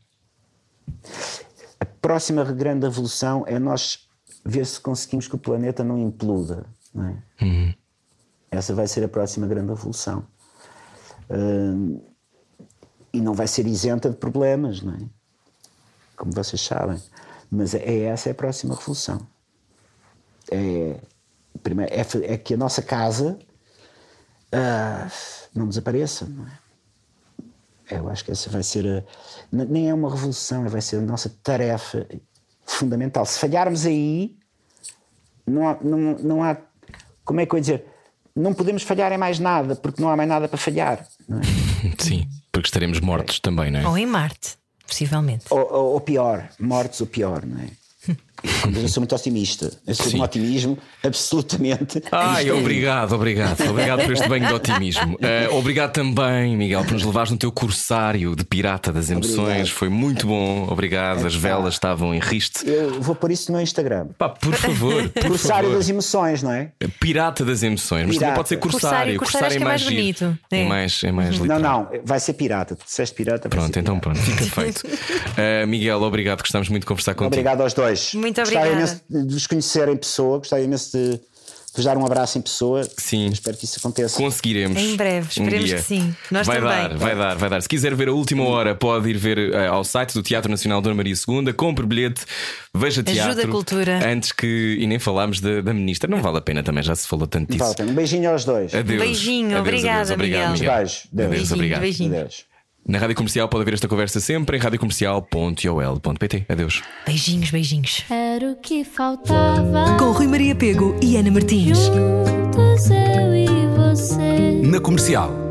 A próxima grande revolução é nós ver se conseguimos que o planeta não imploda, não é? Uhum. Essa vai ser a próxima grande revolução. E não vai ser isenta de problemas, não é? Como vocês sabem. Mas essa é a próxima revolução. Primeiro, é que a nossa casa não desapareça, não é? Eu acho que essa vai ser nem é uma revolução, vai ser a nossa tarefa fundamental. Se falharmos aí, não há como é que eu ia dizer? Não podemos falhar em mais nada, porque não há mais nada para falhar, não é? Sim, porque estaremos mortos também, não é? Ou em Marte, possivelmente. Ou pior, mortos ou pior, não é? Eu sou muito otimista. Eu sou de um otimismo absolutamente. Ai, obrigado por este banho de otimismo. Obrigado também, Miguel, por nos levares no teu corsário de pirata das emoções. Obrigado. Foi muito bom, obrigado. As velas estavam em riste. Eu vou pôr isso no meu Instagram. Por favor. Corsário das emoções, não é? Pirata das emoções, mas também pode ser corsário. Corsário é mais bonito. É mais literal. Não, vai ser pirata. Tu disseste pirata. Pronto, então pronto, fica feito. Miguel, obrigado, gostamos muito de conversar contigo. Obrigado aos dois. Muito Muito Gostava obrigada. imenso de vos conhecer em pessoa, gostava imenso de vos dar um abraço em pessoa. Sim. Espero que isso aconteça. Conseguiremos. Em breve, esperemos dia. que sim. Nós vai também. Vai dar. Se quiser ver a última hora, pode ir ver ao site do Teatro Nacional Dona Maria II. Compre bilhete, veja teatro. Ajuda a cultura. Antes que. E nem falámos da ministra. Não vale a pena também, já se falou tanto disso. Vale a pena. Um beijinho aos dois. Adeus. Beijinho, obrigada, obrigado, Miguel. Beijo. Deus. Adeus, obrigado. Beijinho. Adeus. Na Rádio Comercial pode haver esta conversa sempre em radiocomercial.ol.pt. Adeus. Beijinhos. Era o que faltava. Com Rui Maria Pego e Ana Martins. Juntos eu e você. Na Comercial.